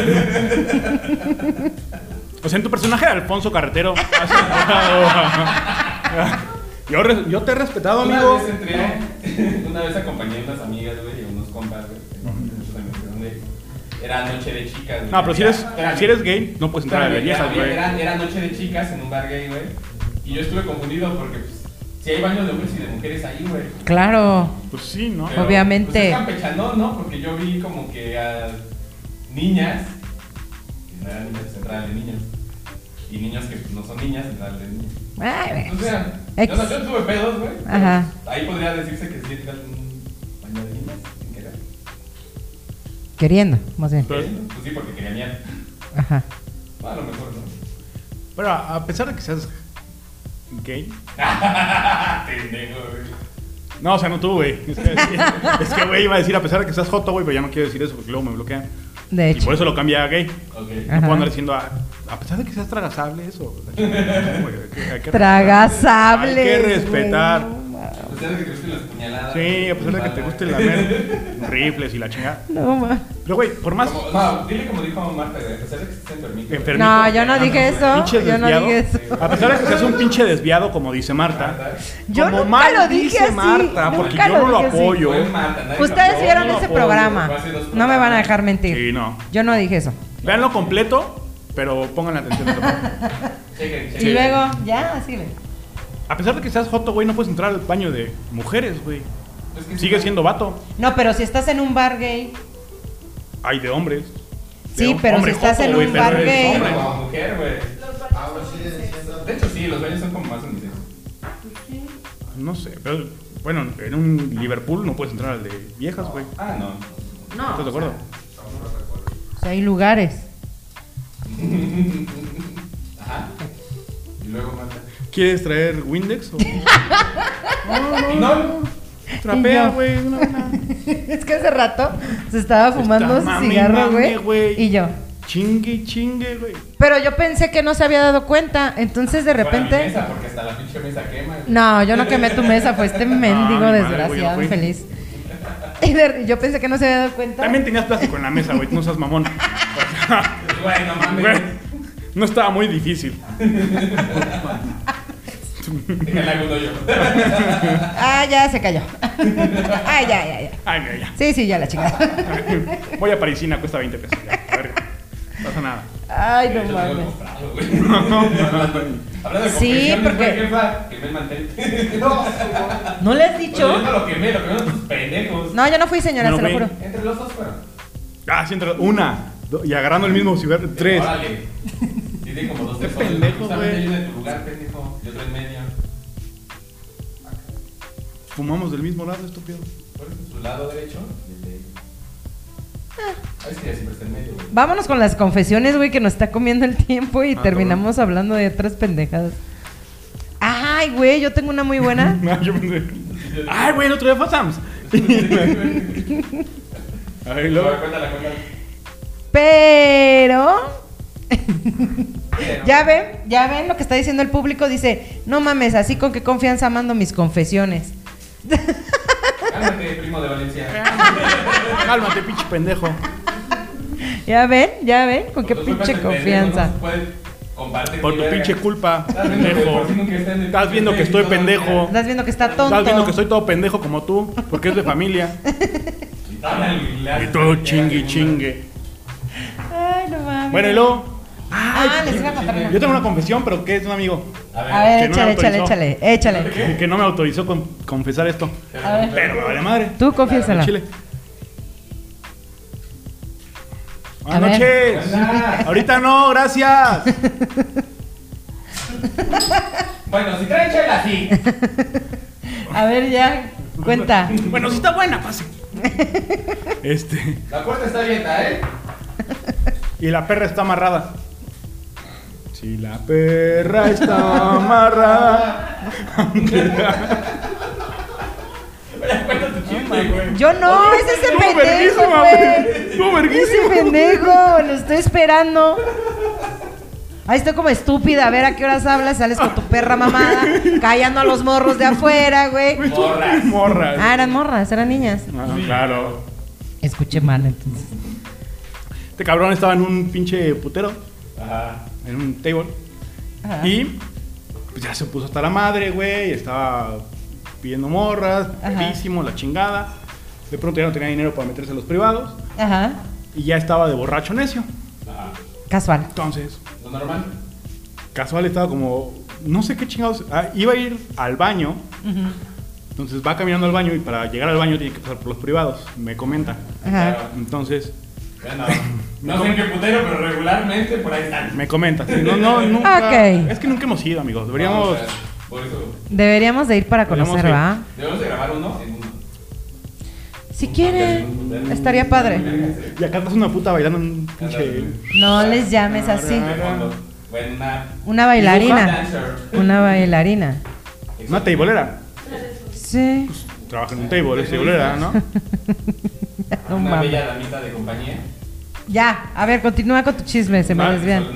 O sea, en tu personaje de Alfonso Carretero. ¿has entrado? Yo te he respetado, amigo. Una vez acompañé a unas amigas, güey, y a unos compas, güey. Muchos amigos, donde era noche de chicas, güey. No, pero si eres gay, no puedes entrar a las viejas, güey. Era noche de chicas en un bar gay, güey. Y yo estuve confundido porque, pues, si hay baños de hombres y de mujeres ahí, güey. Claro. Pues sí, ¿no? Pero, Obviamente. Pues es campechanón, ¿no? Porque yo vi como que a niñas, que no eran niñas, entraban de niños. Y niños que pues, no son niñas, entraban de niños. Ay, O sea, Ex. yo tuve pedos, güey. Ajá. Ahí podría decirse que sí entras un baño de niñas, sin querer. Queriendo, más bien. Pero- Pues sí, porque quería miedo. Ajá. A lo mejor no. Pero a pesar de que seas gay. Pendejo, güey. No, o sea, no tú, güey. Es que, güey, iba a decir a pesar de que seas joto, güey, pero ya no quiero decir eso porque luego me bloquean. De Y hecho. por eso lo cambié a gay. Ok. No Ajá. puedo andar diciendo, a pesar de que seas tragasable, eso. No, güey, hay que Tragasables. Hay que respetar. güey, no mames. A pesar de que te gusten las puñaladas. Sí, a pesar de que te guste lamer rifles y la chingada. No, ma. Pero, güey, por más No, dile como dijo Marta, güey. A pesar de que estés enfermito. güey. enfermito. No, yo no dije eso. pinche Yo no desviado, dije eso. a pesar de que seas un pinche desviado, como dice Marta. Yo como nunca mal lo dije dice así. Marta, porque Nunca yo lo no lo dije así. apoyo. Fue Marta, nadie lo Ustedes apoyó. vieron no ese apoyo. programa. Fue hace 2 No me van a programas. dejar mentir. Sí, no. Yo no dije eso. Veanlo completo, pero pongan atención. Chequen, Y chequen. luego, ya, así ve. A pesar de que seas joto, güey, no puedes entrar al baño de mujeres, güey. Es que Sigue sí, siendo vato. No, pero si estás en un bar gay. Hay de hombres. Sí, pero hombre si estás en güey, un pero bar eres gay. hombre. Como mujer, güey. De hecho, sí, los baños son como más unisex. No sé, pero bueno, en un Liverpool no puedes entrar al de viejas, güey. Ah, no. No. ¿Estás de acuerdo? O sea, hay lugares. Ajá. Y luego Marta. ¿Quieres traer Windex? O... Y no. Trapea, Y yo. güey. Una. Es que hace rato se estaba fumando Está su cigarro, mame, güey. Y yo. Chingue, chingue, güey. Pero yo pensé que no se había dado cuenta. Entonces de Fuera mi repente. mesa, porque hasta la pinche mesa quema. güey. No, yo no quemé tu mesa, fue este mendigo mi madre, desgraciado, güey, yo fui. infeliz. Y yo pensé que no se había dado cuenta. También tenías plástico en la mesa, güey. No seas mamón. O sea, Güey, no mames. güey, no estaba muy difícil. Déjale algo yo. Ah, ya se cayó. Ah, ya. Ay, mira, ya. Sí, sí, ya la chingada. Voy a Parisina, cuesta 20 pesos. Ya. A ver, no pasa nada. Ay, De no hecho, lo mames. he comprado, güey. Hablando de Sí, confesiones, porque- güey, jefa, quemé el mantel. ¿No le has Oye, dicho? yo no lo quemé, lo quemaron tus pendejos. No, yo no fui, señora, No se lo fui. juro. Entre los dos fueron. Ah, sí, una. Y agarrando el mismo cigarro. 3. Órale. Tiene como 2 Qué tesoros. pendejo, Justamente güey. hay uno en tu lugar, pendejo. Y otro en medio. Fumamos del mismo lado, estúpido. Por eso, su lado derecho. Y el de. Ah, es que ya siempre está en medio, güey. Vámonos con las confesiones, güey, que nos está comiendo el tiempo y terminamos hablando de otras pendejadas. Ay, güey, yo tengo una muy buena. No, yo pensé. Ay, güey, el otro día fue a Sam's. Ay, luego. Cuéntala. Pero ya ven lo que está diciendo el público. Dice, no mames, así con qué confianza mando mis confesiones. Cálmate, primo de Valencia. Cálmate, pinche pendejo. Ya ven, con qué Por tu culpa pinche este pendejo confianza. no se puede compartir Por ni tu verga. pinche culpa, Estás viendo que pendejo. por si nunca está en el Estás viendo que estoy todo el día. pendejo. Estás viendo que está tonto. Estás viendo que soy todo pendejo como tú, porque es de familia. Y tal, le haces Y todo que chingue, hagas chingue. Ay, no mames. Bueno, y luego. Les iba a contar una. Yo tengo una confesión, pero que es un amigo. A ver, A ver, que no me échale, autorizó. échale. Que no me autorizó confesar esto. A ver. Pero me vale madre. Tú confiésala. Chile. A Buenas ver. noches. Anda. Ahorita no, gracias. Bueno, si traen chela, sí. A ver, ya, cuenta. Bueno, si está buena, pase. La puerta está abierta, ¿eh? Y la perra está amarrada. Si la perra está amarrada. Cuenta tu chiste, güey. Yo no, es ese Estuvo pendejo, verguísima, güey. güey. Estuvo verguísima. Ese pendejo, lo estoy esperando. Ahí estoy como estúpida, a ver a qué horas hablas, sales con tu perra mamada, callando a los morros de afuera, güey. Morras. Morras. Ah, eran morras, eran niñas. Ah, claro. Escuché mal entonces. Este cabrón estaba en un pinche putero, Ajá. en un table. Ajá. Y pues ya se puso hasta la madre, güey. Estaba pidiendo morras, Ajá. pedísimo, la chingada. De pronto ya no tenía dinero para meterse a los privados. Ajá. Y ya estaba de borracho necio. Ajá. Casual. Entonces, Lo normal. casual estaba como... No sé qué chingados... iba a ir al baño. Ujú. Entonces va caminando al baño y para llegar al baño tiene que pasar por los privados. Me comenta. Ajá. Claro. Entonces, Bueno, no sé en qué putero, pero regularmente por ahí están. me comenta. Sí, no, nunca... Ok. Es que nunca hemos ido, amigos. No, Deberíamos... o sea, por eso. Deberíamos de ir para Deberíamos conocer, ir. ¿va? Debemos de grabar uno en uno. Si quieren, estaría padre. Y acá estás una puta bailando un pinche... No les llames así. De fondo. Bueno, Una bailarina. dancer. Una bailarina. Una teibolera. Sí. Trabaja en un table, es teibolera, ¿no? No Una mames. bella damita de compañía. Ya, a ver, continúa con tu chisme, se me Vale, desvían.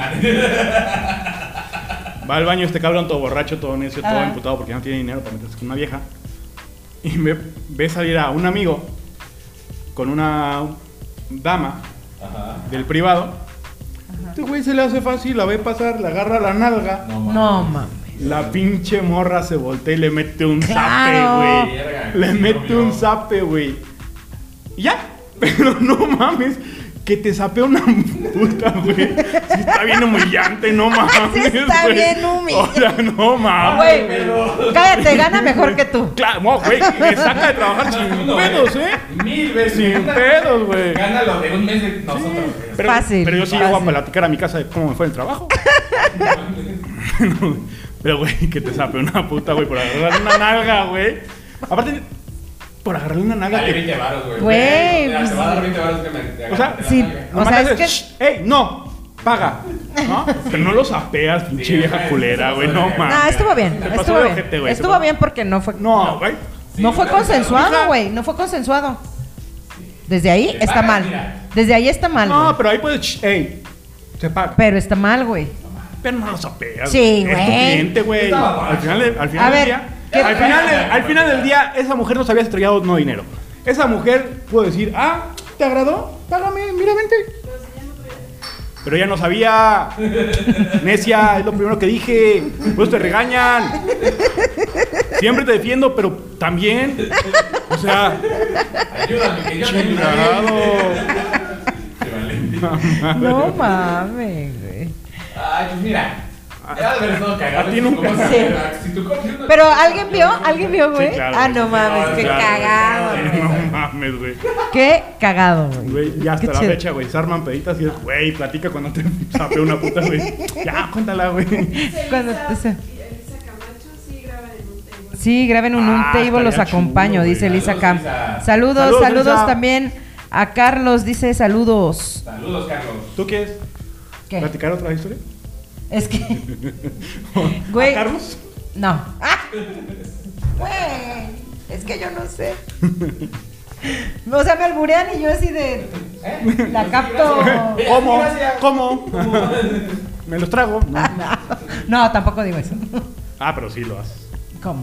Va al baño este cabrón todo borracho, todo necio, todo Ajá. imputado porque no tiene dinero para meterse con una vieja. Y ve salir a un amigo con una dama Ajá. del privado. Este güey se le hace fácil, la ve pasar, le agarra la nalga. No mames. La pinche morra se voltea y le mete un Claro. zape, güey. Verga, Le sí, mete obvio. un zape, güey. Y ya. Pero no mames. Que te zapea una puta, güey. Sí está bien humillante, no mames. Sí está güey. bien humillante. O sea, no mames. Güey, pero- cállate, gana mejor que tú. Claro, no, güey. Me saca de trabajar sin No, pedos, güey. ¿eh? 1000 veces. Sin pedos, güey. Gana lo de un mes de nosotros, güey. Pero, Fácil, pero yo sí fácil. llego a platicar a mi casa de cómo me fue el trabajo. Pero, güey, que te sape una puta, güey, por agarrarle una nalga, güey. Aparte, por agarrarle una nalga Dale que... 20 varos, güey. Güey, Mira, pues- te va a dar 20 varos que me te O sea, agarre la sí, nalga. o nomás sea, te es haces, ¡ey, no! Paga, ¿no? Pero no lo sapeas, pinche Sí, vieja güey, culera, güey, no no, mames. No, estuvo bien, Te pasó estuvo de bien. ojete, güey, Estuvo te bien porque no fue. No, güey. Sí, No fue claro, consensuado, hija. güey. No fue consensuado. Desde ahí Te está pagas, mal. mira. Desde ahí está mal. No, güey. pero ahí puedes, ¡ey! Se paga. Pero está mal, güey. Pero no lo sapeas. Sí, Es tu güey. cliente, güey. Estaba borracho. Al final, al A final del ver, día. ¿qué- Al final del día, esa mujer no se había estrellado no dinero. Esa mujer pudo decir, ¿te agradó? Págame, mira, vente. Pero ella no sabía. Necia, es lo primero que dije. Pues te regañan. Siempre te defiendo, pero también. O sea, Ayúdame, que yo te chingado. Qué valiente. No mames, güey. Ay, pues mira. Ya de haber estado cagado. A ti nunca. ¿Cómo se- Sí. Si tu compi- Pero ¿alguien vio, güey? Sí, claro, Ah, güey. no mames, No, qué claro, cagado. claro. güey. No mames, güey. Qué cagado, güey. Güey, ya hasta Qué la chido. fecha, güey. Se arman peditas y es, güey, platica cuando te sape una puta, güey. Ya, cuéntala, güey. Cuando Elisa, te se- Elisa Camacho sí graba en un table. Sí, graben un table, los estaría acompaño, chulo, dice güey. Lisa Saludos, Cam. Lisa. Saludos, Saludos, Lisa. también a Carlos, dice saludos. Saludos, Carlos. ¿Tú quieres ¿Qué? platicar otra historia? Es que, güey. ¿A Carlos? No. ¡Ah! Güey, es que yo no sé. O sea, me alburean y yo así de. La capto. ¿Cómo? Gracias. ¿Cómo? ¿Me los trago? No. No, tampoco digo eso. Ah, pero sí lo haces. ¿Cómo?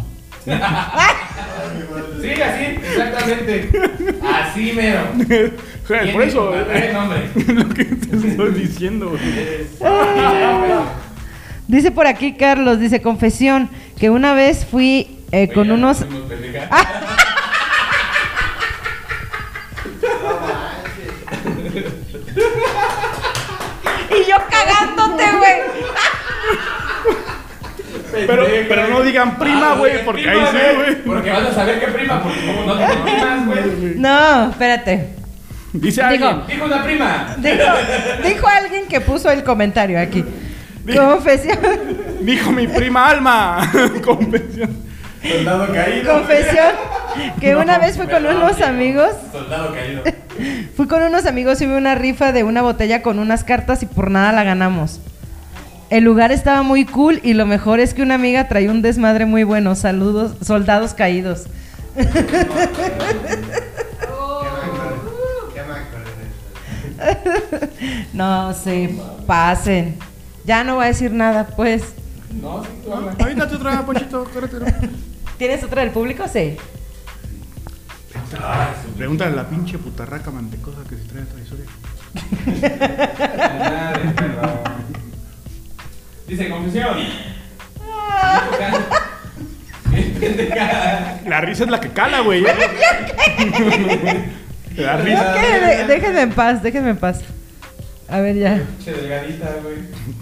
Sí, así, exactamente. Así mero. Joder, por eso, Trae nombre. lo que te estoy diciendo, güey. Dice por aquí Carlos, dice confesión, que una vez fui con unos. Y yo cagándote, güey. Pero no digan prima, güey, porque ahí sí, güey. Porque vas a saber qué prima, porque como no tengo primas, güey. No, espérate. Dice Digo, alguien. Dijo una prima. Dijo alguien que puso el comentario aquí. Confesión. Dijo mi prima Alma. Confesión. Soldado caído. Confesión. Que una vez fui con Perdón, unos viejo. amigos. Soldado caído. Fui con unos amigos y hubo una rifa de una botella con unas cartas y por nada la ganamos. El lugar estaba muy cool y lo mejor es que una amiga traía un desmadre muy bueno. Saludos, soldados caídos. No, sí, pasen. Ya no voy a decir nada, pues. No, sí, tú habla. Ahorita te otra, Ponchito, córretelo. ¿Tienes otra del público? Sí. Pregúntale a la pinche putarraca mantecosa que se trae otra historia. Madre, perro. Dice, confesión. La risa es la que cala, güey. La risa. ¿Qué? Déjenme en paz, déjenme en paz. A ver, ya. Che delgadita, güey.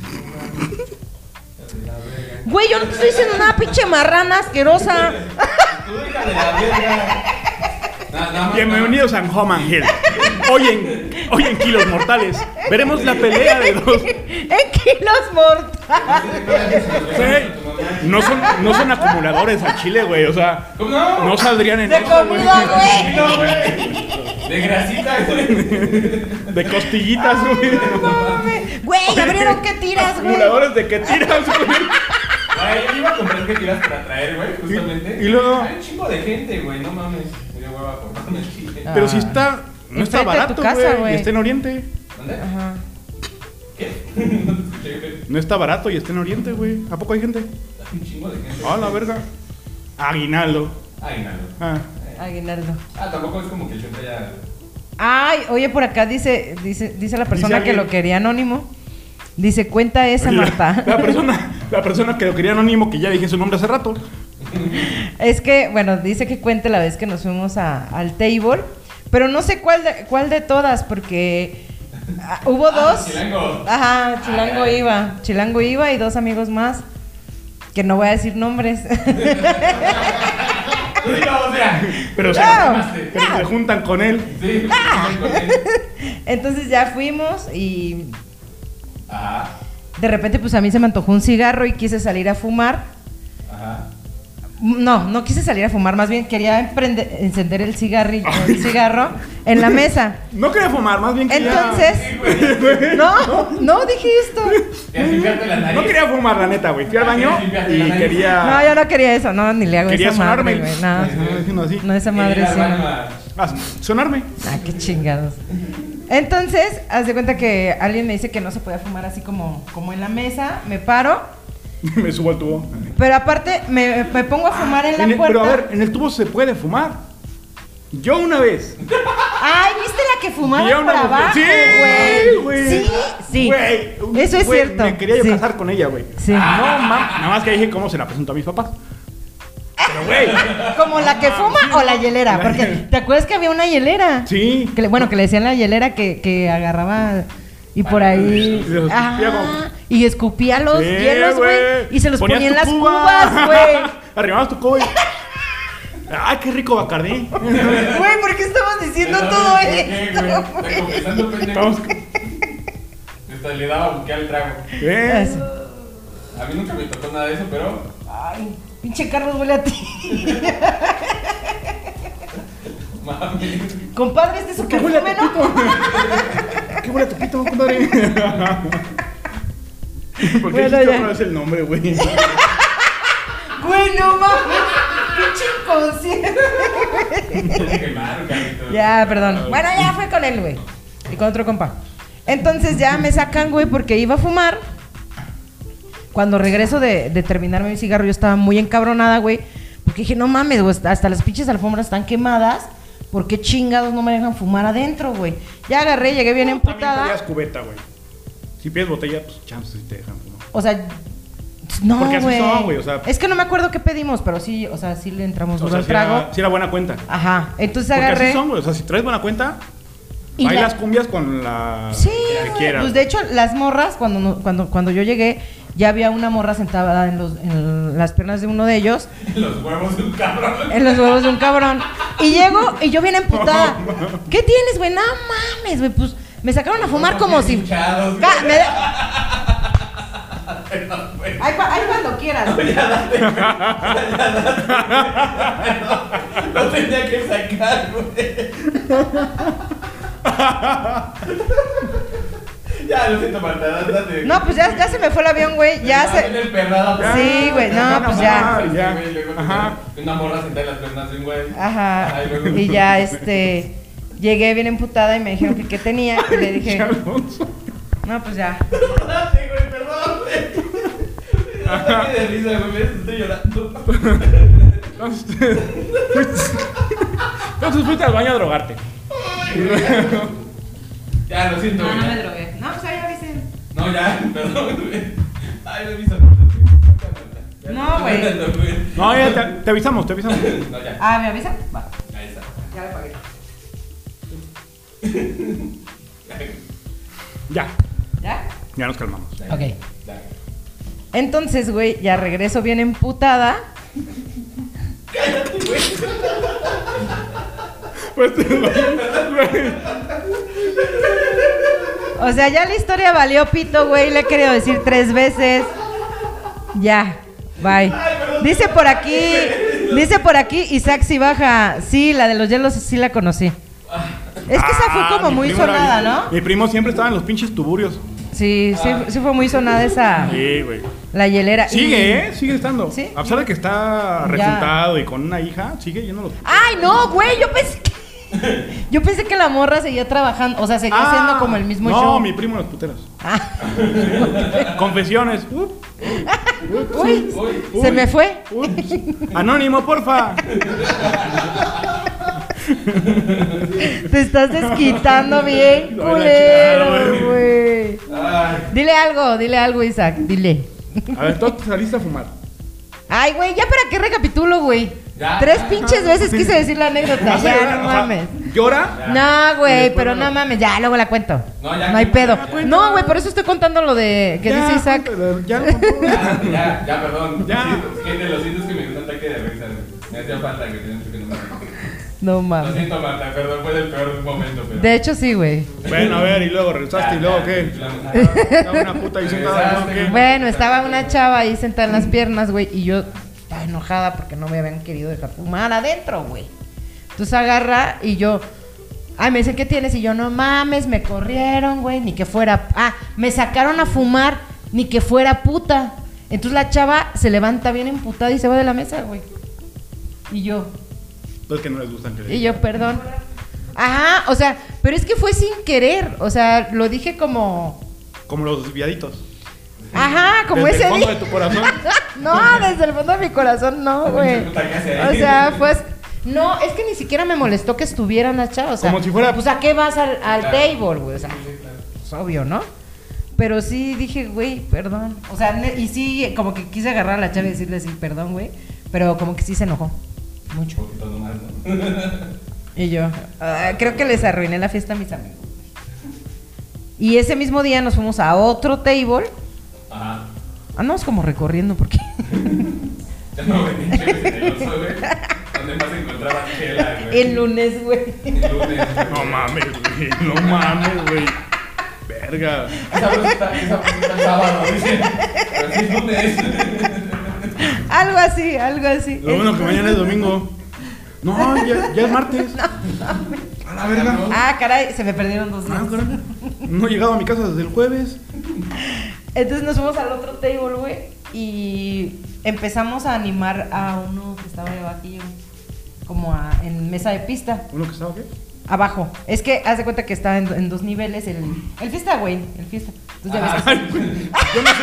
Güey, yo no te estoy diciendo nada, pinche marrana asquerosa. Tú hija de la verga. Nada más. Bienvenidos a Home and Health. Hoy en Kilos Mortales veremos la pelea de dos. En kilos mortales. Sí. No son acumuladores al chile, güey. O sea, ¿Cómo no? no saldrían en De eso, comida, güey. No, güey. De grasita, güey. De costillitas, güey. No mames. Güey, ¿abrieron qué tiras, güey? Acumuladores de que tiras, güey. Ay, yo iba a comprar que tiras para traer, güey, justamente. Y luego- Hay un chingo de gente, güey, no mames. Me dio hueva a comprarme el chile. Pero si está. No está Enfrente de tu barato, casa, güey. Y está en Oriente. ¿Dónde? Ajá. ¿Qué? No te escuché, güey. No está barato y está en Oriente, güey. ¿A poco hay gente? Hay un chingo de gente. Ah, la verga. Aguinaldo. Ay, nada. Ah. Aguinaldo. Tampoco es como que el centro ya. Ay, oye, por acá dice la persona que alguien. lo quería anónimo. Dice, cuenta esa, Oye, Marta. La persona que lo quería anónimo, que ya dije su nombre hace rato. Es que, bueno, dice que cuente la vez que nos fuimos al table, pero no sé cuál de todas, porque hubo dos. Chilango. Ajá, Chilango iba y dos amigos más, que no voy a decir nombres. Tú diga, o sea. Pero, No. pero se juntan con él. Sí, con él. Entonces ya fuimos y Ajá. de repente pues a mí se me antojó un cigarro y quise salir a fumar. Ajá. No quise salir a fumar, más bien quería encender el cigarro en la mesa. No quería fumar, más bien quería. Entonces, no dije esto. ¿Quieres limpiarte la nariz? No quería fumar, la neta, güey. Fui al baño y quería. No, yo no quería eso, no, ni le hago Quería esa madre, sonarme. güey. No, Estaba diciendo así. no, esa madre Ir al sí. baño a- Sonarme. Ah, qué chingados. Entonces, haz de cuenta que alguien me dice que no se podía fumar así como en la mesa, me paro, Me subo al tubo. pero aparte me pongo a fumar en la puerta. Pero a ver, en el tubo se puede fumar. Yo una vez. Ay, ¿viste la que Vi fumaba a por una mujer- abajo, Sí, güey? güey. Sí. Güey, Eso es güey, cierto. Me quería yo Sí. casar con ella, güey. Sí. No, nada más que dije cómo se la presentó a mis papás. Pero, güey. ¿Como la que fuma o la hielera? Porque, ¿te acuerdas que había una hielera? Sí. Que le decían la hielera que agarraba y por ahí. Y los escupía Ajá, como- y escupía los Sí, hielos, güey. Y se los Ponías ponía en tu las cuba. cubas, güey. Arrimabas tu cuba y... Ay, qué rico Bacardí. Güey, ¿por qué estamos diciendo todo ¿Por qué, esto? güey? Está confesando, pendejo. Vamos. Hasta le daba a buquear el trago. ¿Eh? A mí nunca me tocó nada de eso, pero. Ay, pinche Carlos huele a ti. Mami. Compadre, este es su ¿Qué huele a perfume, tu ¿no? pito? ¿Qué huele a tu pito, compadre? ¿Por qué Bueno, dijiste ya. otra vez el nombre, güey? Güey, no mames. Pinche inconsciente. Te quemaron, Carlitos. Ya, perdón. Bueno, ya fue con él, güey. Y con otro compa. Entonces ya me sacan, güey, porque iba a fumar. Cuando regreso de terminarme mi cigarro, yo estaba muy encabronada, güey. Porque dije, no mames, güey, hasta las pinches alfombras están quemadas. ¿Por qué chingados no me dejan fumar adentro, güey? Ya agarré, llegué bien También emputada. pedías cubeta, güey. Si pides botella, pues chances si te dejan fumar. O sea, no, Porque así güey. son, güey, o sea- Es que no me acuerdo qué pedimos, pero sí, o sea, sí le entramos O duro sea, al si trago. era, si era buena cuenta. Ajá, entonces Porque agarré. así son, güey. O sea, si traes buena cuenta, Y la- bailas cumbias con la Sí, que güey. quieras. Pues de hecho, las morras, cuando yo llegué, ya había una morra sentada en las piernas de uno de ellos, Los huevos de un cabrón. en los huevos de un cabrón. Y llego y yo bien emputada. ¿Qué tienes, güey? No mames, güey. Pues me sacaron a fumar como si. Hinchados, Ca- güey. me- Perdón, güey. Ay, cuando quieras. Lo tenía que sacar, güey. Ya, lo siento, Marta, date. No, pues ya se me fue el avión, güey. Ya se. El perrado, Ya, Sí, güey, no, pues ya. Ya. Ajá. Ajá. Una morra sentada en las piernas de un güey. Ajá. Ay, luego- Y ya, llegué bien emputada y me dijeron que qué tenía. Y le dije, Alonso. no, pues ya. Date, güey, perdón, güey. Me da un ataque de risa, güey, me estoy llorando. Entonces fuiste al baño a drogarte. Ya, lo siento, No, güey. no me drogué. No, pues ya dicen. No, ya, perdón, güey. Ay, lo hizo. No, güey. güey. No, ya te avisamos, te avisamos. No, ya. Ah, ¿me avisan? Va. Ahí está. Ya le pagué. Ya, ¿Ya? ya nos calmamos. Ok. Ya. Entonces, güey, ya regreso bien emputada. Pues, O sea, ya la historia valió pito, güey. Le he querido decir 3 veces. Ya, bye. Dice por aquí, Isaac si baja. Sí, la de los hielos sí la conocí. Es que esa fue como mi muy primo era sonada, ahí. ¿no? Mi primo siempre estaba en los pinches tuburios. Sí, sí fue muy sonada esa. Sí, güey. La hielera. Sigue, sigue estando. ¿Sí? A pesar de que está Ya. rejuntado y con una hija, sigue yendo a los. Ay, no, güey, yo pensé que la morra seguía trabajando, o sea, seguía haciendo como el mismo no, show. mi primo en los puteros. Ah. Confesiones. Uy, Uy. se me fue. Anónimo, porfa. Te estás desquitando bien, Ay, la culero, chingada, güey. Ay. Dile algo, Isaac, dile. A ver, tú saliste a fumar. Ay, güey, ya para qué recapitulo, güey. Ya. 3 pinches veces quise decir la anécdota, Vas a ya, llorar, no o sea, mames. Llora. No, Y güey, después pero no. no mames, ya, luego la cuento. No, ya No hay pedo. cuéntala. No, güey, por eso estoy contando lo de que Ya, dice Isaac. cuéntalo, ya lo contó. Ya, perdón. Ya. Gente, lo siento, es que me dio un ataque de risa. Me hacía falta que tenían que no me. No Lo mames. siento, Marta, perdón, fue el peor momento, pero. De hecho, sí, güey. Bueno, a ver, y luego regresaste, y luego qué. Estaba una puta ahí sentada, ¿no? ¿Qué? Bueno, estaba una chava ahí sentada en las piernas, güey, y yo estaba enojada porque no me habían querido dejar fumar adentro, güey. Entonces agarra y yo, ay, me dice, ¿qué tienes? Y yo, no mames, me corrieron, güey, ni que fuera, me sacaron a fumar, ni que fuera puta. Entonces la chava se levanta bien emputada y se va de la mesa, güey. Y yo, Pues que no les gustan que le y yo, perdón. Ajá, o sea, pero es que fue sin querer, o sea, lo dije como, Como los desviaditos. ajá, como Desde ese el fondo día. de tu corazón. No, desde el fondo de mi corazón no, güey. Puta, ¿qué hace ahí? O sea, pues. No, es que ni siquiera me molestó que estuvieran las chavas. O sea, Como si fuera- pues a qué vas al Claro. table, güey. O sea, Sí, sí, claro. pues obvio, ¿no? Pero sí dije, güey, perdón. O sea, y sí, como que quise agarrar a la chava y decirle sí, perdón, güey. Pero como que sí se enojó. Mucho. Un poquito nomás, ¿no? Y yo, creo que les arruiné la fiesta a mis amigos. Y ese mismo día nos fuimos a otro table. Ajá. Andamos como recorriendo porque. Ya no vendí cheves en el Oxxo, güey. ¿Dónde más encontraba chela, güey? El lunes, güey. El lunes. No mames, güey. No mames, güey. Verga. Esa vez está el sábado, dice. Pero sí es lunes. Algo así, algo así. Lo bueno que mañana es domingo. No, ya es martes. A la verga. Ah, caray, se me perdieron 2 días. Ah, caray. No he llegado a mi casa desde el jueves. Entonces nos fuimos al otro table, güey, y empezamos a animar a uno que estaba debajo, como en mesa de pista, ¿Uno que estaba qué? abajo. Es que haz de cuenta que estaba en 2 niveles el fiesta, güey, el fiesta. Entonces ya ves que- Yo no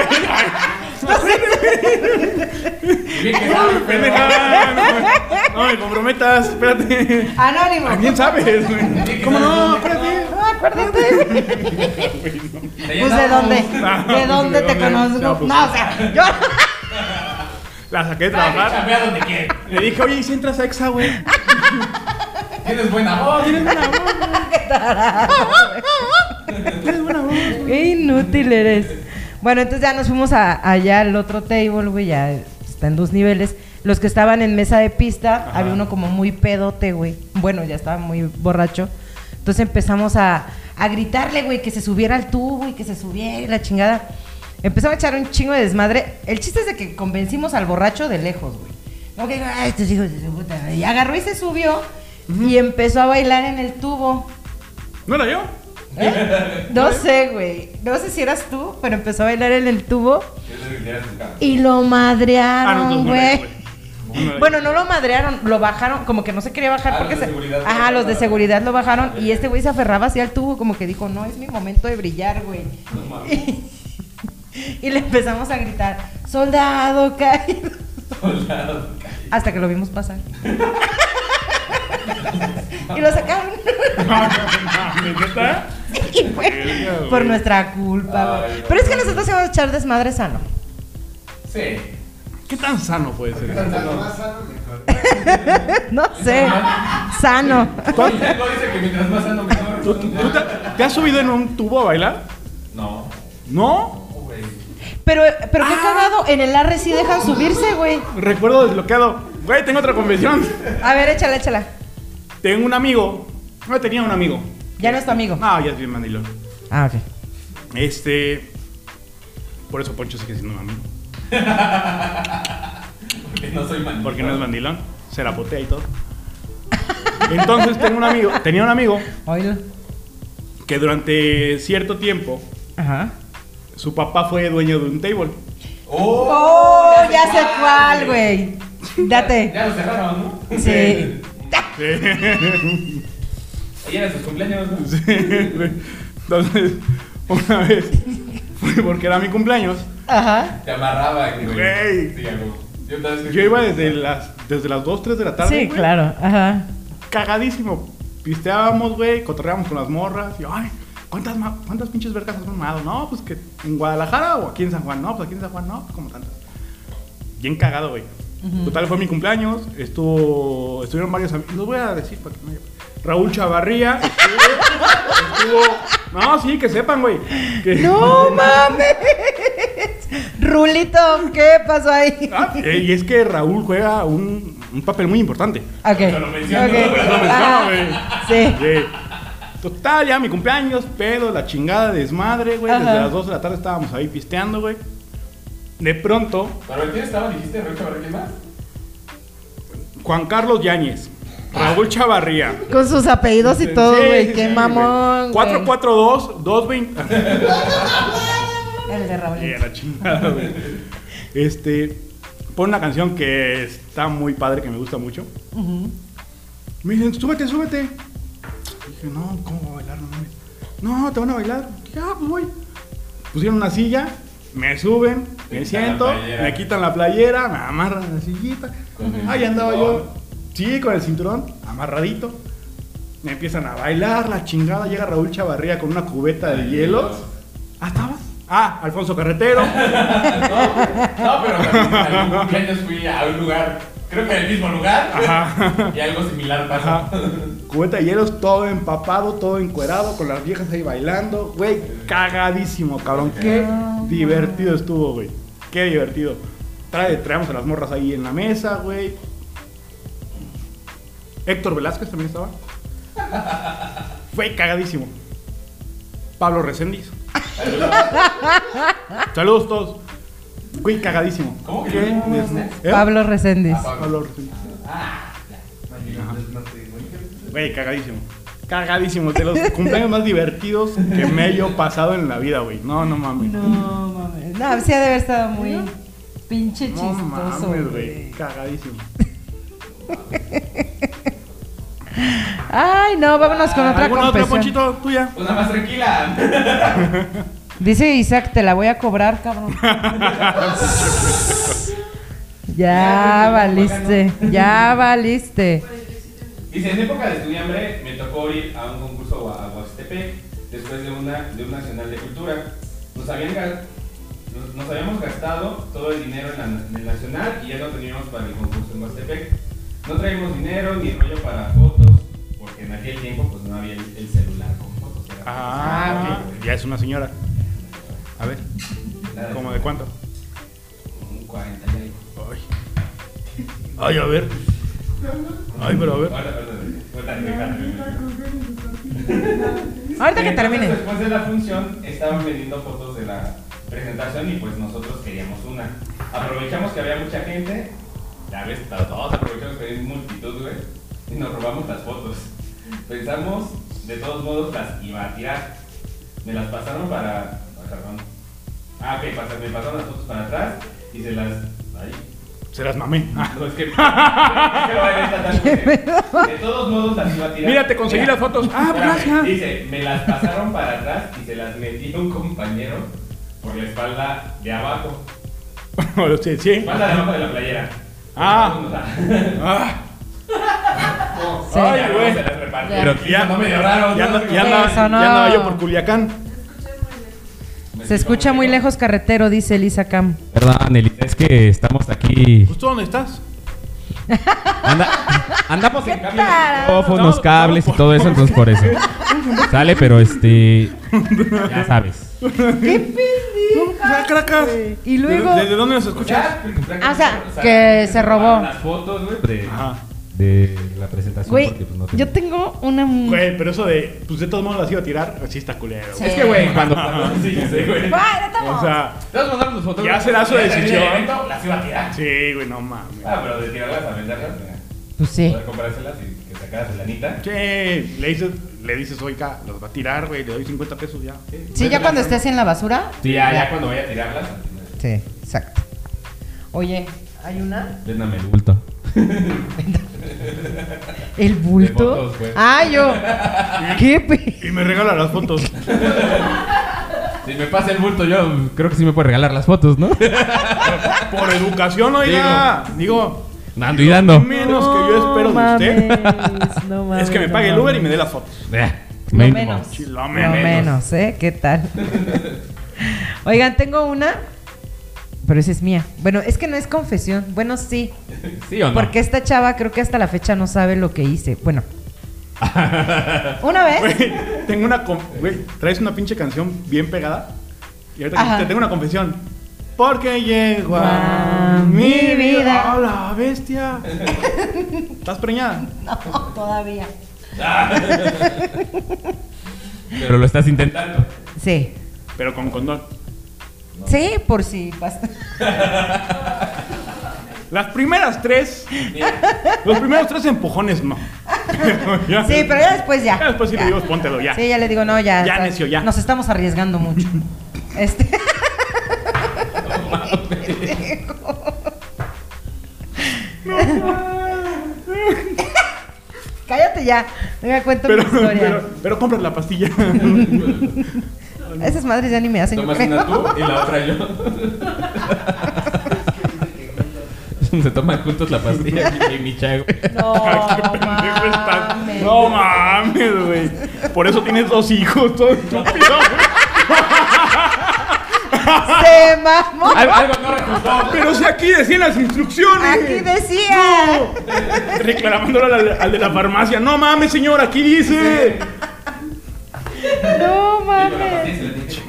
sé, güey. Bien que sabes, Pendeja. No me comprometas, espérate. Anónimo. ¿A quién sabes, güey? ¿Cómo no? Espérate. No, acuérdate. Pues de dónde, de dónde te conozco. No, pues, No, o sea, yo. La saqué de Trabajar. trabajar. Chambea donde quiere. Le dije, oye, ¿y si entras a Exa, güey? Tienes buena voz. Tienes buena voz. Tienes buena voz. Qué inútil eres. Bueno, entonces ya nos fuimos allá al otro table, güey, ya está en 2 niveles. Los que estaban en mesa de pista, Ajá. había uno como muy pedote, güey. Bueno, ya estaba muy borracho. Entonces empezamos a gritarle, güey, que se subiera al tubo y que se subiera y la chingada. Empezamos a echar un chingo de desmadre. El chiste es de que convencimos al borracho de lejos, güey. No, que ay, estos hijos de su puta madre. Y agarró y se subió y empezó a bailar en el tubo. ¿No era yo? No sé, güey. No sé si eras tú, pero empezó a bailar en el tubo Yo sé que quieras tu cara. y lo madrearon, no, güey. Bueno, Bueno, no lo madrearon, lo bajaron, como que no se quería bajar Ah, porque los de se... seguridad. Ajá, los de seguridad lo bajaron y este güey se aferraba así al tubo, como que dijo, no, es mi momento de brillar, güey. No mames. Y le empezamos a gritar, soldado caído. Soldado. Hasta que lo vimos pasar. Y lo sacaron. ¿Neta? Y fue Verga, güey. por nuestra culpa, güey. Ay, no. Pero es que nosotros íbamos a echar desmadre sano. Sí. ¿Qué tan sano puede ser? Cuanto más sano, mejor. No sé. Sano. Luego dice que mientras más sano mejor. ¿Tú te has subido en un tubo a bailar? No. ¿No? No, güey. Pero qué cagado, en el arre sí dejan subirse, güey. Recuerdo desbloqueado. Güey, tengo otra confesión. A ver, échala. Tengo un amigo. No, tenía un amigo. Ya no es tu amigo. No, ya es bien mandilón. Ah, ok. Por eso Poncho sigue siendo un amigo. Porque no soy mandilón. Porque no es mandilón. Se la potea y todo. Entonces tenía un amigo Oílo. que durante cierto tiempo Ajá. su papá fue dueño de un table. Oh, ya sé cuál, güey. Date. Ya lo cerraron, ¿no? Sí. Ayer era sus cumpleaños, ¿no? Sí, güey. Entonces, una vez fue porque era mi cumpleaños. Ajá. Te amarraba, güey. Güey. Sí, algo. Yo iba desde las 2, 3 de la tarde. Sí, güey, claro. Ajá. Cagadísimo. Pisteábamos, güey, cotorreábamos con las morras. Y, ay, ¿cuántas pinches vergas has mamado? No, pues que en Guadalajara o aquí en San Juan. No, pues aquí en San Juan, no, pues como tantas. Bien cagado, güey. Total, fue mi cumpleaños. Estuvieron varios amigos. Los voy a decir para que no haya... Raúl Chavarría. No, sí, que sepan, güey. No mames. Rulito, ¿qué pasó ahí? Y es que Raúl juega un papel muy importante. Ok. Pero lo menciono, Ok. pero lo menciono, Ajá. güey. Sí. Sí. Total, ya mi cumpleaños, pedo, la chingada, desmadre, güey. Ajá. Desde las 2 de la tarde estábamos ahí pisteando, güey. De pronto, ¿Pero quién estaba? ¿Dijiste Rocha Barrio? ¿Quién más? Juan Carlos Yáñez, Raúl Chavarría. Con sus apellidos y todo, Sí, güey. sí, Qué sí, mamón. güey. 442 220. El de Raúl. La chingada, güey. Pon una canción que está muy padre, que me gusta mucho. Ujú. Me dicen, súbete. Dije, no, ¿cómo voy a bailar? No mames. No, te van a bailar. Dije, pues voy. Pusieron una silla, me suben, Me me quitan la siento, playera. me quitan la playera, me amarran la sillita. Con el Ahí andaba yo. cinturón. Sí, con el cinturón, amarradito. Me empiezan a bailar, la chingada. Llega Raúl Chavarría con una cubeta de hielos. ¿Ah, estabas? Ah, Alfonso Carretero. No, pero en algún cumpleaños fui a un lugar, creo que en el mismo lugar, Ajá. y algo similar pasó. Ajá. Cubeta de hielos, todo empapado, todo encuerado, con las viejas ahí bailando. Güey, cagadísimo, cabrón. Qué divertido estuvo, güey. Qué divertido. Traemos a las morras ahí en la mesa, güey. Héctor Velázquez también estaba. Fue cagadísimo. Pablo Reséndiz. Saludos todos. Güey, cagadísimo. ¿Cómo que ¿Qué? no? ¿Eh? Pablo Reséndiz. Pablo Reséndiz. Güey, cagadísimo. Cagadísimo. De los cumpleaños más divertidos que me he yo pasado en la vida, güey. No mames. No mames. No, sí ha de haber estado muy pinche No chistoso. mames, güey. güey. Cagadísimo. Ay, no, vámonos con otra ¿Alguna otra, confesión. Ponchito, tuya? Una más tranquila. Dice Isaac, te la voy a cobrar, cabrón. Ya valiste, ya valiste. Dice, en época de estudiambre me tocó ir a un concurso a Huastepec después de un nacional de cultura. Nos habíamos gastado todo el dinero en el nacional y ya no teníamos para el concurso en Huastepec. No traíamos dinero ni rollo para fotos, porque en aquel tiempo pues no había el celular con fotos. Era Ah, ok. Ya es una señora. A ver, Nada ¿cómo de cuánto? Un 40 y algo. Ay. Ay, a ver. Ay, pero a ver. Ahorita que termine. Después de la función estaban vendiendo fotos de la presentación y pues nosotros queríamos una. Aprovechamos que había mucha gente, ya ves, todos aprovechamos que había multitud, güey, y nos robamos las fotos. Pensamos, de todos modos, las iba a tirar. Me las pasaron para... perdón. Ah, ok, me pasaron las fotos para atrás y se las... Ahí. Se las mamé. Ah. No, es que de todos modos las iba a tirar. Mira, te conseguí Mira, las fotos. Ah, espérame, gracias. dice, me las pasaron para atrás y se las metió un compañero por la espalda de abajo. Sí, sí. Espalda de abajo de la playera. Ah. Ah. Sí. Ay, Ya, güey. se las repartí. Pero ya no medio raro. Ya ¿no? andaba Eso no. yo por Culiacán. Me Se escucha muy lejos carretero, dice Elisa Cam. Perdón, Elisa, es que estamos aquí. ¿Pues tú dónde estás? Andamos en cambio de tal? micrófonos, cables y todo eso, entonces por eso. Sale, pero ya sabes. ¡Qué pendeja! Caracas. Y luego... ¿Desde dónde nos escuchas? Ah, o sea, que se robó. Las fotos, güey, Ajá. de la presentación. Güey, porque, pues, no yo tengo una... Güey, pero eso de, pues de todos modos las iba a tirar, así está culero. Sí. güey. Es que, güey, cuando... Sí, güey. ¡Ay, no estamos! O sea, Te vas a mandar tus fotos. Ya será su decisión. Las iba a tirar. sí, güey, no mames. Ah, pero de tirarlas a venderlas, Pues sí. poder comprárselas y que sacaras la lanita. Sí, le dices, oiga, los va a tirar, güey, le doy 50 pesos ya. Sí, ya cuando estés en la basura. Sí, ya cuando vaya a tirarlas. Sí, exacto. Oye, ¿hay una? Véndame el bulto. ¿El bulto? De fotos, güey. Ah, yo. ¿Qué Y me regala las fotos. Si me pasa el bulto, yo creo que sí me puede regalar las fotos, ¿no? Por educación, oiga. Digo, Dando y dando. menos que yo espero de usted No mames, es que me pague el Uber y me dé las fotos. Lo Mínimo. menos. Sí, Lo menos, ¿eh? ¿Qué tal? Oigan, tengo una, pero esa es mía. Bueno, es que no es confesión. Bueno, sí. ¿Sí o no? Porque esta chava creo que hasta la fecha no sabe lo que hice. Bueno. Una vez. Güey, tengo una... Güey, traes una pinche canción bien pegada. Y ahorita Ajá. te tengo una confesión. Porque llegó a a mi mi vida. vida. ¡A la bestia! ¿Estás preñada? No, todavía. Pero lo estás intentando. Sí. Pero con condón. Sí, por si pasa. Las primeras tres... Los primeros tres empujones no. Ya- Sí, pero ya después ya. Ya después sí Ya. le digo, póntelo ya. Sí, ya le digo, no, ya. Ya, está. necio, ya. Nos estamos arriesgando mucho. Cállate ya. Venga, cuento mi historia. Pero compras la pastilla. Esas madres ya ni me hacen, yo Tomas creo. una tú y la otra yo. Se toman juntos la pastilla y mi chago. No, Qué pendejo estás. mames. No mames, güey. Por eso tienes 2 hijos, todo estúpido. Se mamó. Algo no resultó. Pero si aquí decían las instrucciones. Aquí decía. Reclamándole al de la farmacia. No mames, señor, aquí dice. No mames.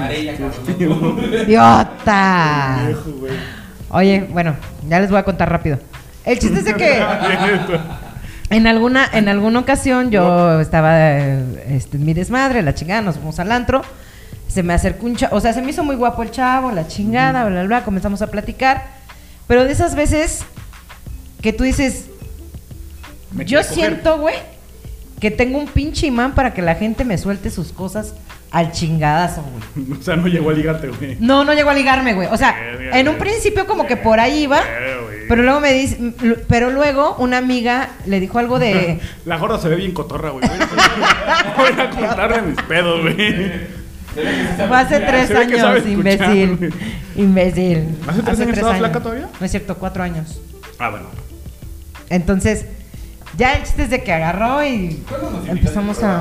Idiota. Viejo, güey. Oye, bueno, ya les voy a contar rápido. El chiste es de que en alguna ocasión yo estaba en mi desmadre, la chingada, nos fuimos al antro. Se me acercó un chavo, o sea, se me hizo muy guapo el chavo, la chingada, bla, bla, bla, comenzamos a platicar. Pero de esas veces que tú dices, Me yo quiere coger. siento, güey, que tengo un pinche imán para que la gente me suelte sus cosas al chingadazo, güey. O sea, no llegó a ligarte, güey. No llegó a ligarme, güey. O sea, Verga, en un güey. principio como que por ahí iba, Güey. pero luego me dice, pero luego una amiga le dijo algo de, La gorda se ve bien cotorra, güey. Voy a contarle mis pedos, güey. fue hace 3 Se ve que sabe años, escuchar, imbécil, güey. imbécil. ¿Hace 3 años estabas flaca todavía? No es cierto, 4 años. Ah, bueno. Entonces, ya el chiste es de que agarró y empezamos a...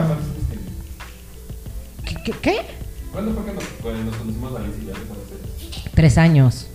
¿Qué? ¿Cuándo fue que nos conocimos Valencia? 3 años.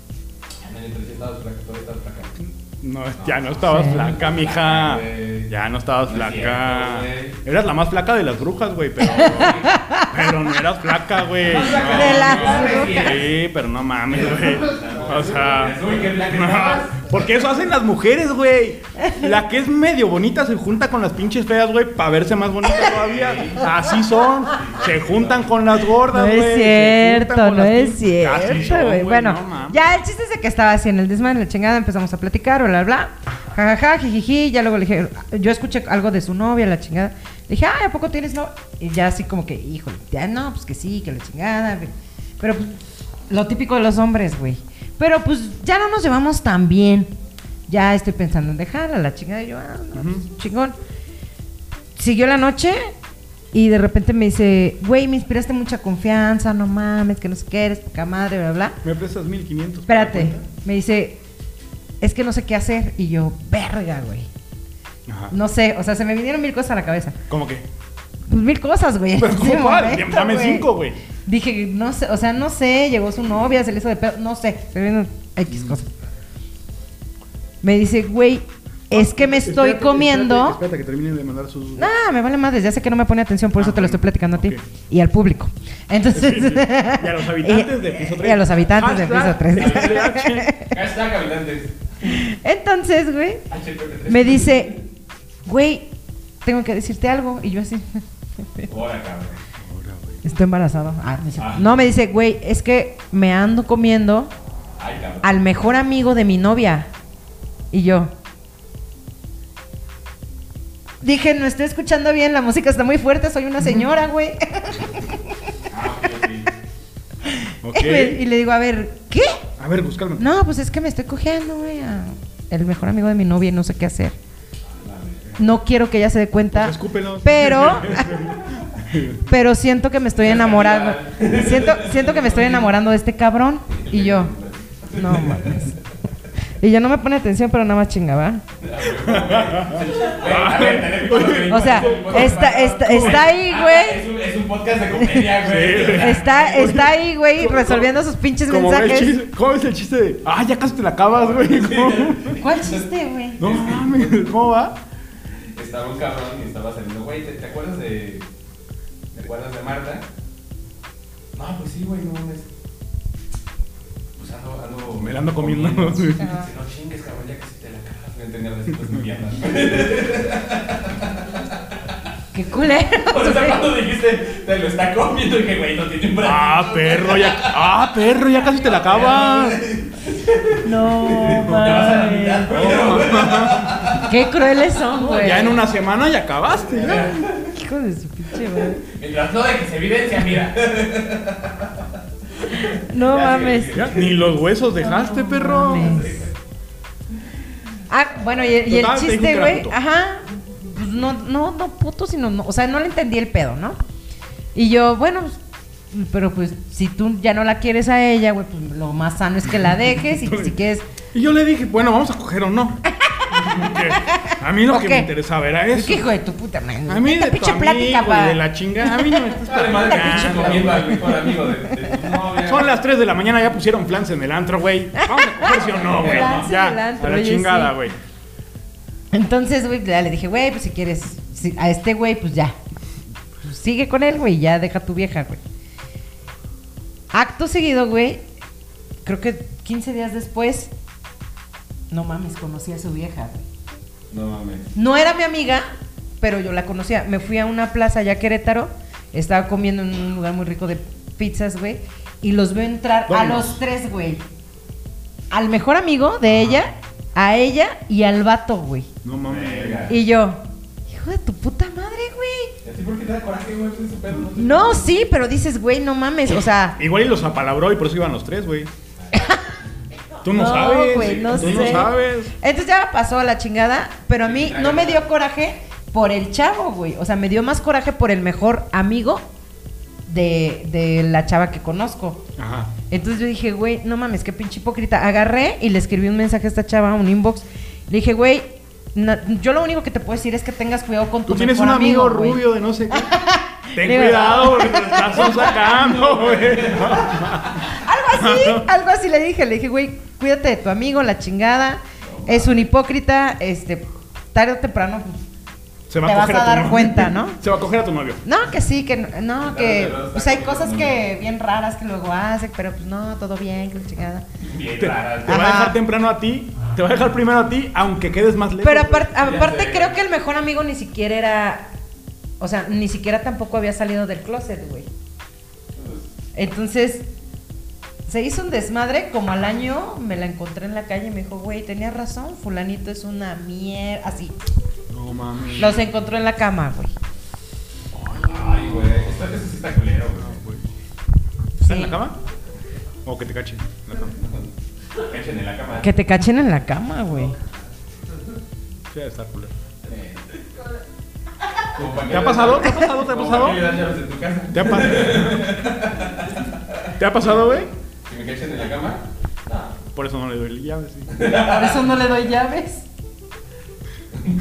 No, ya no estabas Sí. flaca, mija. güey. Ya no estabas No es flaca. cierto, güey. Eras la más flaca de las brujas, güey, pero no eras flaca, güey. Más flaca de las no, brujas. Sí, pero no mames, güey. O sea, Uy, qué flaca no, estabas. porque eso hacen las mujeres, güey. La que es medio bonita se junta con las pinches feas, güey, para verse más bonita todavía. Así son. Se juntan con las gordas, No güey. es Se cierto, juntan con no las es pin- Así cierto, son, güey. Bueno, no mames. ya el chiste es de que estaba así en el desmadre, la chingada, empezamos a platicar, bla, bla, bla. Jajaja, jijiji, ya luego le dije, yo escuché algo de su novia, la chingada. Le dije, ay, ¿a poco tienes novia? Y ya así como que, híjole, ya no, pues que sí, que la chingada. Pero pues, lo típico de los hombres, güey. Pero pues ya no nos llevamos tan bien. Ya estoy pensando en dejarla, la chingada. Y yo, no, pues, chingón. Siguió la noche y de repente me dice, güey, me inspiraste mucha confianza, no mames, que no sé qué, eres poca madre, bla, bla. ¿Me prestas 1500? Espérate, me dice, es que no sé qué hacer. Y yo, verga, güey. Ajá. No sé, o sea, se me vinieron 1000 cosas a la cabeza. ¿Cómo que? Pues 1000 cosas, güey. en Pero ese ¿cómo cuál? momento, Dame güey. 5, güey. Dije, no sé, o sea, no sé, llegó su novia, se le hizo de pedo, no sé, se vino X cosa. Me dice, güey, es que me estoy comiendo. Espérate que termine de mandar sus. Nah, me vale más, ya sé que no me pone atención, por eso te lo estoy platicando a ti. ok. Y al público. Entonces. Sí. Y a los habitantes de piso 3. Y a los habitantes de piso 3. Hashtag habitantes. Entonces, güey, me dice, güey, tengo que decirte algo. Y yo así, Hola, cabrón. estoy embarazado. No, me dice, güey, es que me ando comiendo Ay, cabrón. al mejor amigo de mi novia. Y yo dije, no estoy escuchando bien, la música está muy fuerte, soy una señora, güey. Ok. Y le digo, a ver, ¿qué? A ver, búscalo. No, pues es que me estoy cogiendo, güey, a el mejor amigo de mi novia y no sé qué hacer. No quiero que ella se dé cuenta, Pues escúpelo. pero siento que me estoy enamorando. Siento que me estoy enamorando de este cabrón. Y yo, no mames. Y ya no me pone atención, pero nada más chingaba. O sea, está ahí, güey. Es un podcast de comedia, güey. Está ahí, güey, resolviendo sus pinches mensajes. ¿Cómo es el chiste de? Ah, ya casi te la acabas, güey. ¿Cuál chiste, güey? No mames, ¿cómo va? Estaba un cabrón y estaba saliendo, güey, ¿te acuerdas de Marta? No, pues sí, güey, no mames. Pues ando... Me la ando comiendo. Dice, no chingues, cabrón, ya casi te la acabas. No entendía las citas de mierda. Qué culero. O sea, cuando dijiste, te lo está comiendo, dije, güey, no tiene un brazo. Perro, ya casi te la acabas. No, Te vas a la mitad, mames. Qué crueles son, güey. Ya en una semana ya acabaste. Ya. Hijo de su pinche madre. Mientras no dejes evidencia, mira. No Ya, mames. Ya, ni los huesos dejaste, perro. mames. Ah, bueno, y el Total, te dijo que chiste, era güey, puto. ajá. Pues no puto, sino, no, o sea, no le entendí el pedo, ¿no? Y yo, bueno, pues, pero pues si tú ya no la quieres a ella, güey, pues lo más sano es que la dejes y que si quieres. Y yo le dije, bueno, vamos a coger o no. Porque a mí lo que Ok. me interesaba era eso. ¿Qué hijo de tu puta madre? A mí Esta de tu pinche amigo plática, y pa. de la chingada. A mí no me estás Además de que pinche estás comiendo al mejor amigo de tu novia. Son las 3 de la mañana, ya pusieron flans en el antro, güey. Vamos a coger sí o no, güey. Flans en Ya, el antro, a la oye, chingada, sí. güey. Entonces, güey, ya le dije, güey, pues si quieres, a este güey, pues ya. Pues, sigue con él, güey, ya deja a tu vieja, güey. Acto seguido, güey, creo que 15 días después, no mames, conocí a su vieja, güey. No mames. No era mi amiga, pero yo la conocía. Me fui a una plaza allá a Querétaro, estaba comiendo en un lugar muy rico de pizzas, güey, y los veo entrar a Domino's. los tres, güey. Al mejor amigo de ella, a ella y al vato, güey. No mames. Verga. Y yo, hijo de tu puta madre, güey. ¿Y a ti por qué te da coraje, güey? Pues ese pedo, ¿no? No, sí, pero dices, güey, no mames, o sea. Igual y los apalabró y por eso iban los tres, güey. Tú no sabes. güey, no tú sé. no sabes. Entonces ya pasó a la chingada, pero a mí no me dio coraje por el chavo, güey. O sea, me dio más coraje por el mejor amigo de la chava que conozco. Ajá. Entonces yo dije, güey, no mames, qué pinche hipócrita. Agarré y le escribí un mensaje a esta chava, un inbox. Le dije, güey, yo lo único que te puedo decir es que tengas cuidado con tu Tú tienes mejor un amigo güey. rubio de no sé qué. Ten Digo, cuidado, porque te estás sacando, güey. Algo así le dije, güey, cuídate de tu amigo, la chingada. Es un hipócrita, tarde o temprano pues, Se va te a vas coger a tu dar novio. cuenta, ¿no? Se va a coger a tu novio. No, que sí, que no, que pero pues hay cosas que bien raras que luego hace, pero pues no, todo bien, que la chingada. Bien Te, rara. te va a Ajá. dejar temprano a ti. Te va a dejar primero a ti, aunque quedes más lejos. Pero güey. aparte sé. creo que el mejor amigo ni siquiera era, o sea, ni siquiera tampoco había salido del closet, güey. Entonces, se hizo un desmadre, como al año me la encontré en la calle y me dijo, güey, tenías razón, fulanito es una mierda, así. No mames. Los encontró en la cama, güey. Ay, güey. Esto sí está culero, güey. ¿Está en Sí. la cama? ¿O que te cache? En la cama. Echen en la cama. Que te cachen en la cama, güey. Sí, debe estar culero. Como para que ¿Te ha le- pasado? ¿Te ha pasado? ¿Te ha como pasado? para que le das llaves en tu casa. ¿Te ha pasado, güey? Si me cachen en la cama. No. Por eso no le doy llaves, sí. Por eso no le doy llaves.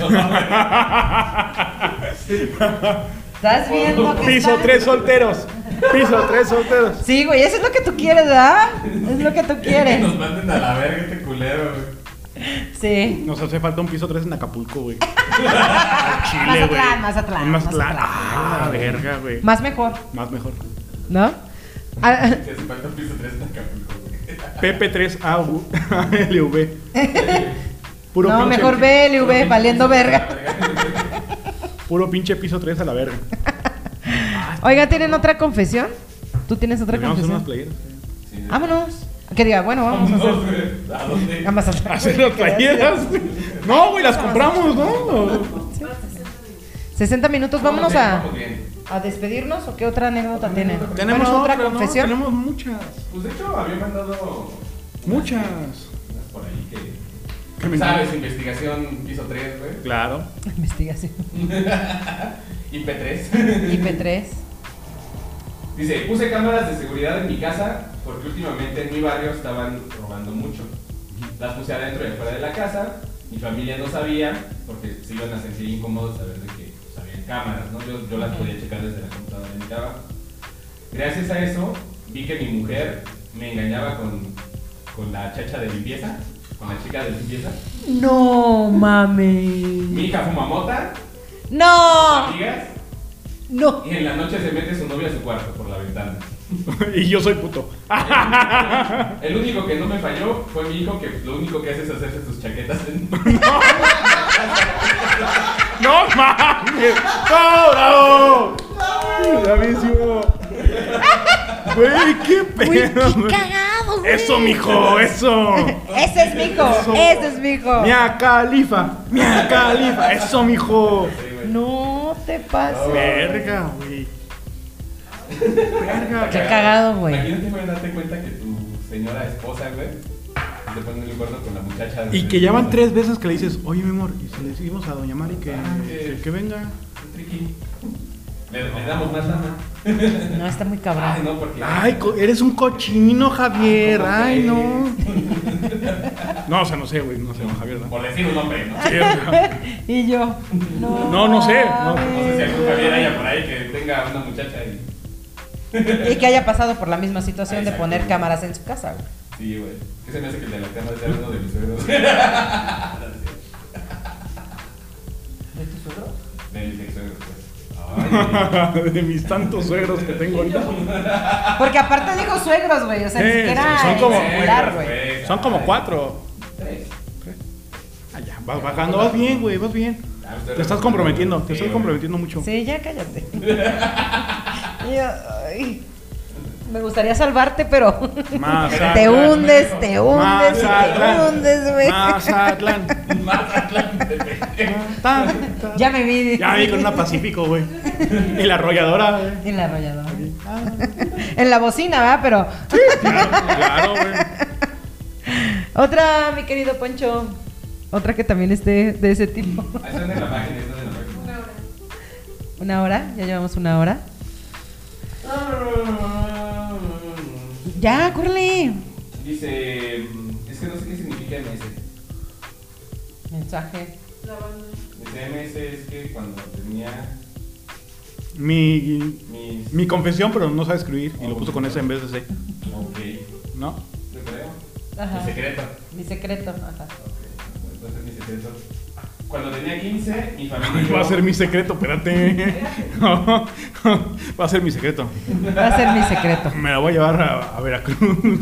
¿Estás viendo que Piso está? 3 solteros. Piso 3 solteros. Sí, güey, eso es lo que tú quieres, ¿verdad? Es lo que tú Que quieres. nos manden a la verga este culero, güey. Sí. Nos hace falta un piso 3 en Acapulco, güey. Chile, güey. Mazatlán. En Mazatlán. Ah, verga, güey. Más mejor, Más mejor. ¿no? Ah, Que hace falta un piso 3 en Acapulco, güey. PP3ALV. Puro no, pinche- mejor BLV, valiendo verga. Puro pinche piso 3 a la verga. Oiga, ¿tienen otra confesión? ¿Tú tienes otra Vamos a hacer unas confesión? playeras. Sí, Vámonos. Que diga, bueno, vamos a hacer. Vámonos, güey. ¿A dónde? Vamos a hacer. Hacer las playeras. No, güey, las compramos, ¿no? 60 minutos, vámonos Vamos bien. a despedirnos o qué otra anécdota tienen. Tenemos Bueno, otra otra confesión. ¿no? Tenemos muchas. Pues de hecho había mandado Muchas. unas por ahí Que me ¿sabes? Investigación piso 3, güey. Claro. Investigación. IP3. IP3. Dice, puse cámaras de seguridad en mi casa porque últimamente en mi barrio estaban robando mucho. Las puse adentro y afuera de la casa. Mi familia no sabía porque se iban a sentir incómodos saber de que pues, habían cámaras, ¿no? Yo las podía checar desde la computadora de mi trabajo. Gracias a eso, vi que mi mujer me engañaba con la chacha de limpieza, con la chica de limpieza. No, mami. Mi hija fuma mota, No. amigas, No. y en la noche se mete su novia a su cuarto por la ventana. Y yo soy puto. El único que no me falló fue mi hijo, que lo único que hace es hacerse sus chaquetas en... ¡No mames! ¡No, bravo! ¡Bravísimo! Güey, qué pedo. Uy, qué cagado, güey. Eso, mijo, eso. Ese es mi hijo. Eso. Ese es mi hijo. Mia Khalifa. Mia Khalifa. Eso, mijo. No te pases. Verga, güey. Verga. Qué cagado, güey. Imagínate, güey, darte cuenta que tu señora esposa, güey, te pone el cuerno con la muchacha. Y que ya van 3 veces que le dices, oye, mi amor, y si le decimos a doña Mari que venga. Triqui. Le damos más lana. No, está muy cabrón. Ay, no, porque... Ay, eres un cochino, Javier. Ay, no. No, o sea, no sé, güey. No sé, no, Javier, ¿no? Por decir un nombre, ¿no? Sí, o sea, Y yo. No sé, no. No sé si algún Javier haya por ahí que tenga una muchacha y... Y que haya pasado por la misma situación de Exacto. poner cámaras en su casa, güey. Sí, güey. ¿Qué se me hace que el de la cama sea uno de mis suegros? ¿De tu suegro? De mis ex suegros, pues. Ay, de mis tantos suegros que tengo ahorita. Porque aparte dijo suegros, güey. O sea, ni Sí, siquiera son como- escolar, güey. Son como 4. 3. Ah, ya, vas bajando, vas bien, güey, vas bien. Te estás comprometiendo, te estás comprometiendo mucho. Sí, ya cállate. Y yo, ay, me gustaría salvarte, pero Mazatlán. te hundes, Mazatlán. güey. Mazatlán. Mazatlán, de pendejo. Ya me vi. Ya vi con una Pacífico, güey. Y la arrolladora, güey. En la arrolladora. En la bocina, ¿verdad? Pero Claro, güey. otra, mi querido Poncho. Otra que también esté de ese tipo. Ahí están en la página, están en la página. Una hora. ¿Una hora? ¿Ya llevamos una hora? Ya, córrele. Dice, es que no sé qué significa MS. Mensaje. La banda. Dice MS es que cuando tenía Mi mis... confesión, pero no sabe escribir. Y lo puso con S en vez de C. Ok, ¿No? yo creo. Ajá. Mi secreto. Mi secreto. Ajá. Ok, entonces mi secreto. Cuando tenía 15, mi familia y yo... Va a ser mi secreto, espérate. Va a ser mi secreto. Va a ser mi secreto. Me la voy a llevar a Veracruz.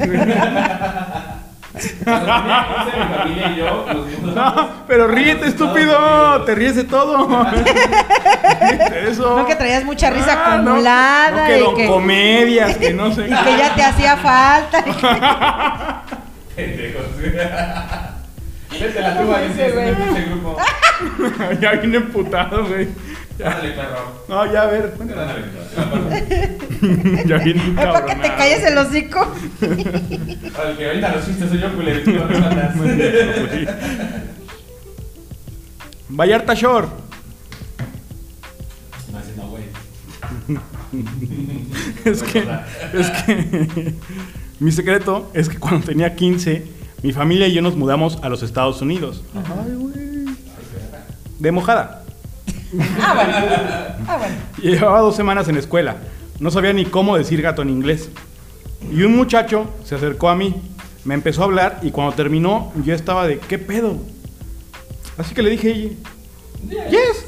Cuando tenía 15, mi familia y yo nos dimos... No, pero ríete, estúpido. Te ríes de todo. Ríete de eso. No que traías mucha risa Ah, no, acumulada no, que y don que comedias, que no sé. y que ya te hacía falta. Pendejos. Vete la tuba, Sí, dice güey. este pinche grupo. Ya vine emputado, güey. Ya. Ándale, perro. No, ya a ver. cuéntame. Ándale, perro. Ya vine Es para que te calles el hocico. Al que ahorita los chistes soy yo, culerito, no me matas. Vallarta Shore. No, así no, güey. Es que mi secreto es que cuando tenía 15, mi familia y yo nos mudamos a los Estados Unidos. Ay, güey. De mojada. Ah, bueno. Ah, bueno. Y llevaba 2 semanas en la escuela. No sabía ni cómo decir gato en inglés. Y un muchacho se acercó a mí, me empezó a hablar y cuando terminó yo estaba de ¿qué pedo? Así que le dije, yes.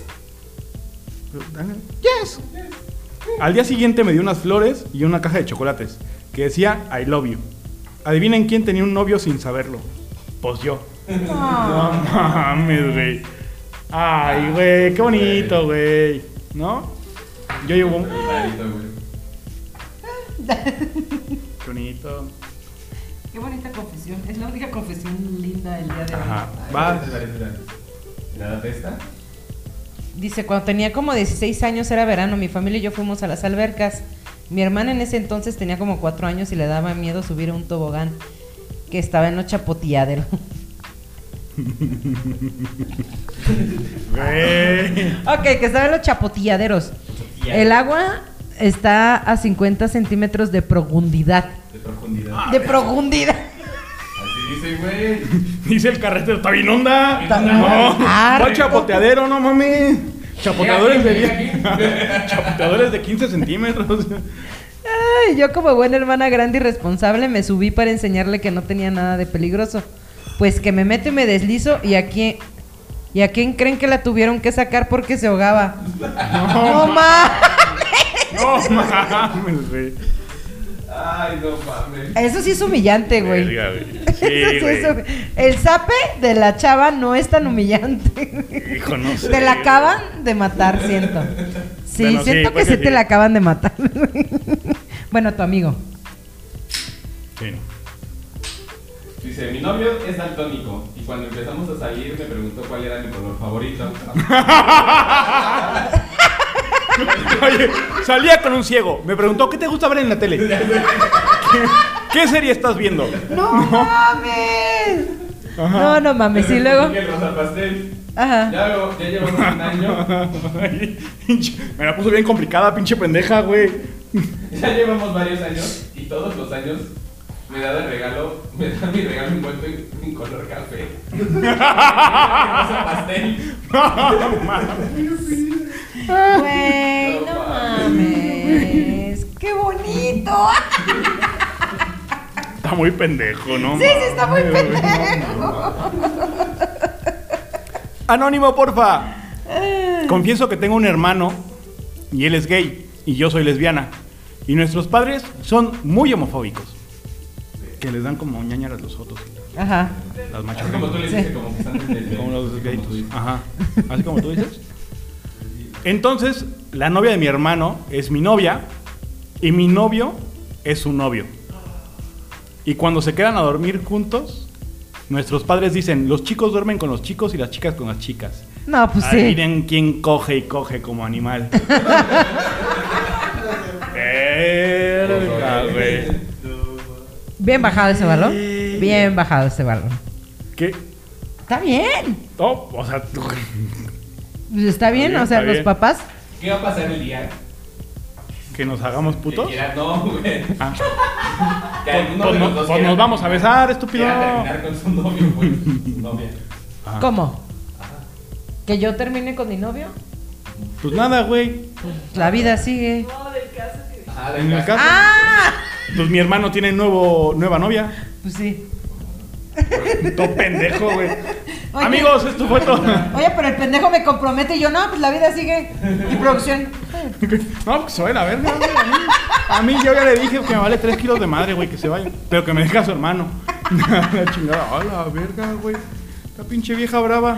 Yes. Al día siguiente me dio unas flores y una caja de chocolates que decía I love you. Adivinen quién tenía un novio sin saberlo. Pues yo. No mames, güey. Ay, güey, qué bonito, güey. ¿No? Yo llevo un... Qué bonito. Qué bonita confesión. Es la única confesión linda del día de hoy. Ajá. Va. ¿Nada esta? Dice, cuando tenía como 16 años era verano, mi familia y yo fuimos a las albercas. Mi hermana en ese entonces tenía como 4 años y le daba miedo subir a un tobogán que estaba en los chapoteaderos. Ok, que estaba en los chapoteaderos. El agua está a 50 centímetros de profundidad. De profundidad. De profundidad. Así dice, güey. Dice el carretero, está bien onda. No. ¿Cuál chapoteadero? No mames. Chapoteadores chapoteadores de 15 centímetros. Ay, yo como buena hermana grande y responsable me subí para enseñarle que no tenía nada de peligroso. Pues que me meto y me deslizo y a quién creen que la tuvieron que sacar porque se ahogaba. No mames. No mames, güey. Ay, no mames. Eso sí es humillante, güey. Verga, güey. Sí, Eso sí güey. el zape de la chava no es tan humillante. Hijo, no sé. Te la acaban de matar, siento. Sí, Bueno, sí, siento que pues sí sí. te la acaban de matar. Bueno, tu amigo. Sí, no. Dice, mi novio es daltónico y cuando empezamos a salir me preguntó cuál era mi color favorito. Oye, salía con un ciego. Me preguntó, ¿qué te gusta ver en la tele? ¿Qué serie estás viendo? ¡No mames! No mames. Y luego. Dije, el rosa pastel. Ajá. Ya llevamos un año. Ay, me la puso bien complicada, pinche pendeja, güey. Ya llevamos varios años y todos los años me da mi regalo envuelto en color café. Rosa pastel. Güey, no mames. ¡Qué bonito! Está muy pendejo, ¿no? Sí, está muy pendejo. Anónimo, porfa. Confieso que tengo un hermano y él es gay y yo soy lesbiana. Y nuestros padres son muy homofóbicos. Que les dan como ñañaras los otros. Ajá. Las machas. Así como tú le Sí. dices, como que están desde Como los gays. tú dices. Ajá. Así como tú dices. Entonces, la novia de mi hermano es mi novia y mi novio es su novio. Y cuando se quedan a dormir juntos, nuestros padres dicen, los chicos duermen con los chicos y las chicas con las chicas. No, pues sí. Adivinen quién coge y coge como animal. Verga, güey. Bien bajado ese balón. Bien bajado ese balón. ¿Qué? Está bien. Oh, o sea, Está bien, o sea, está los bien. papás. ¿Qué va a pasar el día? que nos hagamos putos. Que quiera, no, güey. Ah. Que alguno Pues, de no- los dos pues quiera- nos vamos a besar, estúpido. quiera terminar con su novio, güey. Su novia. Ajá. ¿Cómo? ¿Que yo termine con mi novio? Pues nada, güey. Pues la vida sigue. No, del caso que... Ajá, En el caso, ¡Ah! pues mi hermano tiene nueva novia. Pues sí. Todo pendejo, güey. Oye. Amigos, es tu foto. Oye, pero el pendejo me compromete y yo, no, pues la vida sigue. Y producción. No, que se vaya a la verga, güey. A mí yo ya le dije que me vale 3 kilos de madre, güey, que se vaya. Pero que me deje a su hermano. La chingada. A la verga, güey. Esta pinche vieja brava.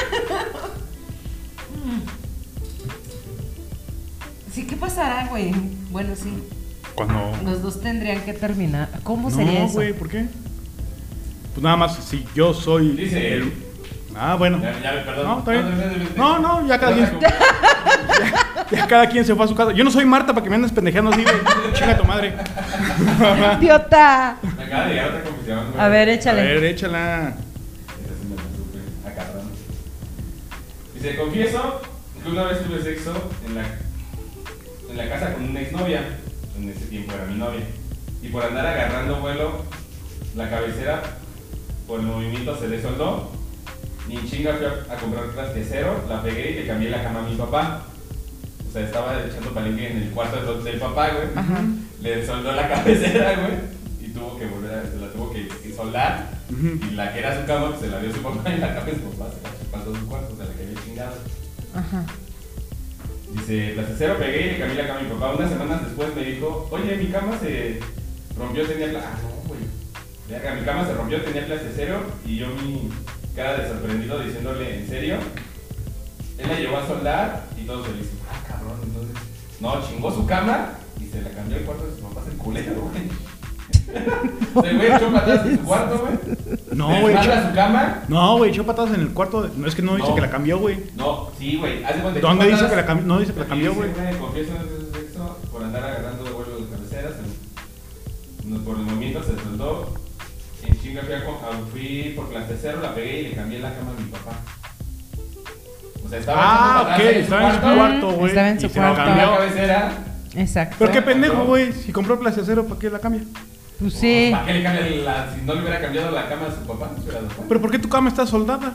Sí, ¿qué pasará, güey? Bueno, sí. Cuando. Los dos tendrían que terminar. ¿Cómo No, sería eso? güey, ¿por qué? Pues nada más, si yo soy. Dice él. Ah, bueno. Ya, perdón. No, está bien. No, No, ya cada quien. Ya cada quien se fue a su casa. Yo no soy Marta para que me andes pendejeando así, güey. Chinga tu madre. ¡Idiota! Me acaba de llegar otra confesión, güey. A ver, A échale. ver, échala. Esa sí me la supe. Ah, cabrón. Dice, confieso que una vez tuve sexo en la casa con una exnovia. En ese tiempo era mi novia. Y por andar agarrando vuelo, la cabecera por el movimiento se le soldó. Ni en chinga fui a comprar trastecero, la pegué y le cambié la cama a mi papá. O O sea, estaba echando palenque en el cuarto del papá, güey. Ajá. Le soldó la cabecera, güey. Y tuvo que volver a... Se la tuvo que soldar. Y la que era su cama, pues se la dio su papá. Y la cama de su papá se la pasó a su cuarto. O sea, la que había chingado. Ajá. Dice, placecero, pegué y le cambié la cama a mi papá. Unas semanas después me dijo, oye, mi cama se rompió, tenía... Ah, no, güey. Verga, mi cama se rompió, tenía placecero. Y yo mi cara de sorprendido diciéndole, ¿en serio? Él la llevó a soldar y todos felices. Ah, cabrón, entonces... No, chingó su cama y se la cambió el cuarto de su papá. Es el culero, güey. El güey echó patadas en su cuarto, güey. No, güey. Desmadra su cama. No, güey, echó patadas en el cuarto. No, es que no dice No. que la cambió, güey. No, sí, güey. Haz de cuenta, ¿Dónde echó dice que patadas. la cambió? No dice que la cambió, güey. Dice, confieso en el sexo por andar agarrando de vuelo de cabeceras. Por el movimiento se soldó. En chinga fui por placecero, la pegué y le cambié la cama a mi papá. O sea, estaba Ah, echando ok, patadas estaba en su cuarto, güey. Estaba en su y se la cuarto. Cambió la cambió. cabecera. Exacto. Pero qué pendejo, güey. Si compró placecero, ¿para qué la cambia? Pues sí. ¿Para qué le cambia si no le hubiera cambiado la cama a su papá? No se hubiera dado cuenta. ¿Pero por qué tu cama está soldada?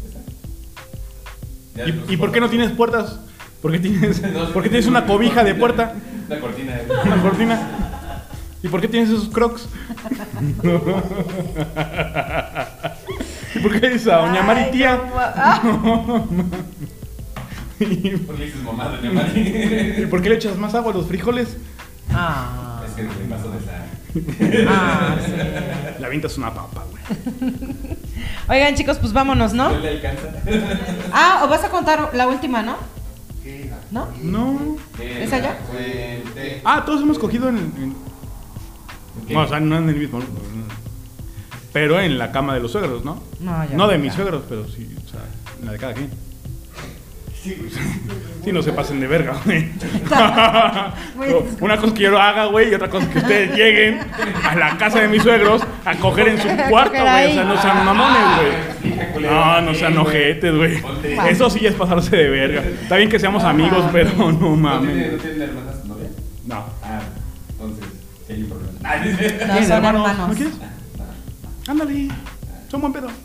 Ya, ¿Y por qué no tienes puertas? ¿Por qué tienes, No, ¿por qué tienes una cobija de puerta? Una cortina. Una cortina. ¿Y por qué tienes esos crocs? ¿Y por qué dices a doña Mari tía? ¿Por qué le dices mamá, doña Mari? ¿Y por qué le echas más agua a los frijoles? Ah. Es que le pasó de esa. Ah, sí. Le avientas una papa, güey. Oigan, chicos, pues vámonos, ¿no? No le alcanza. Ah, o vas a contar la última, ¿no? ¿Qué? ¿No? No. ¿Es allá? Fuente. Ah, todos hemos cogido ¿Qué? No, o sea, no en el mismo. Pero en la cama de los suegros, ¿no? No, ya No de ya. mis suegros, pero sí, o sea, en la de cada quien. Sí, no se pasen de verga, güey. Una cosa que yo lo haga, güey, y otra cosa que ustedes lleguen a la casa de mis suegros a coger en su cuarto, güey. O sea, no sean mamones, güey. No sean ojetes, güey. Eso sí es pasarse de verga. Está bien que seamos amigos, pero no ¿No mames. tienen hermanas tu novia? No. Ah, entonces, sí hay un problema. No, ¿Tienes son hermanos? hermanos. ¿No quieres? Ándale. Son buen pedo.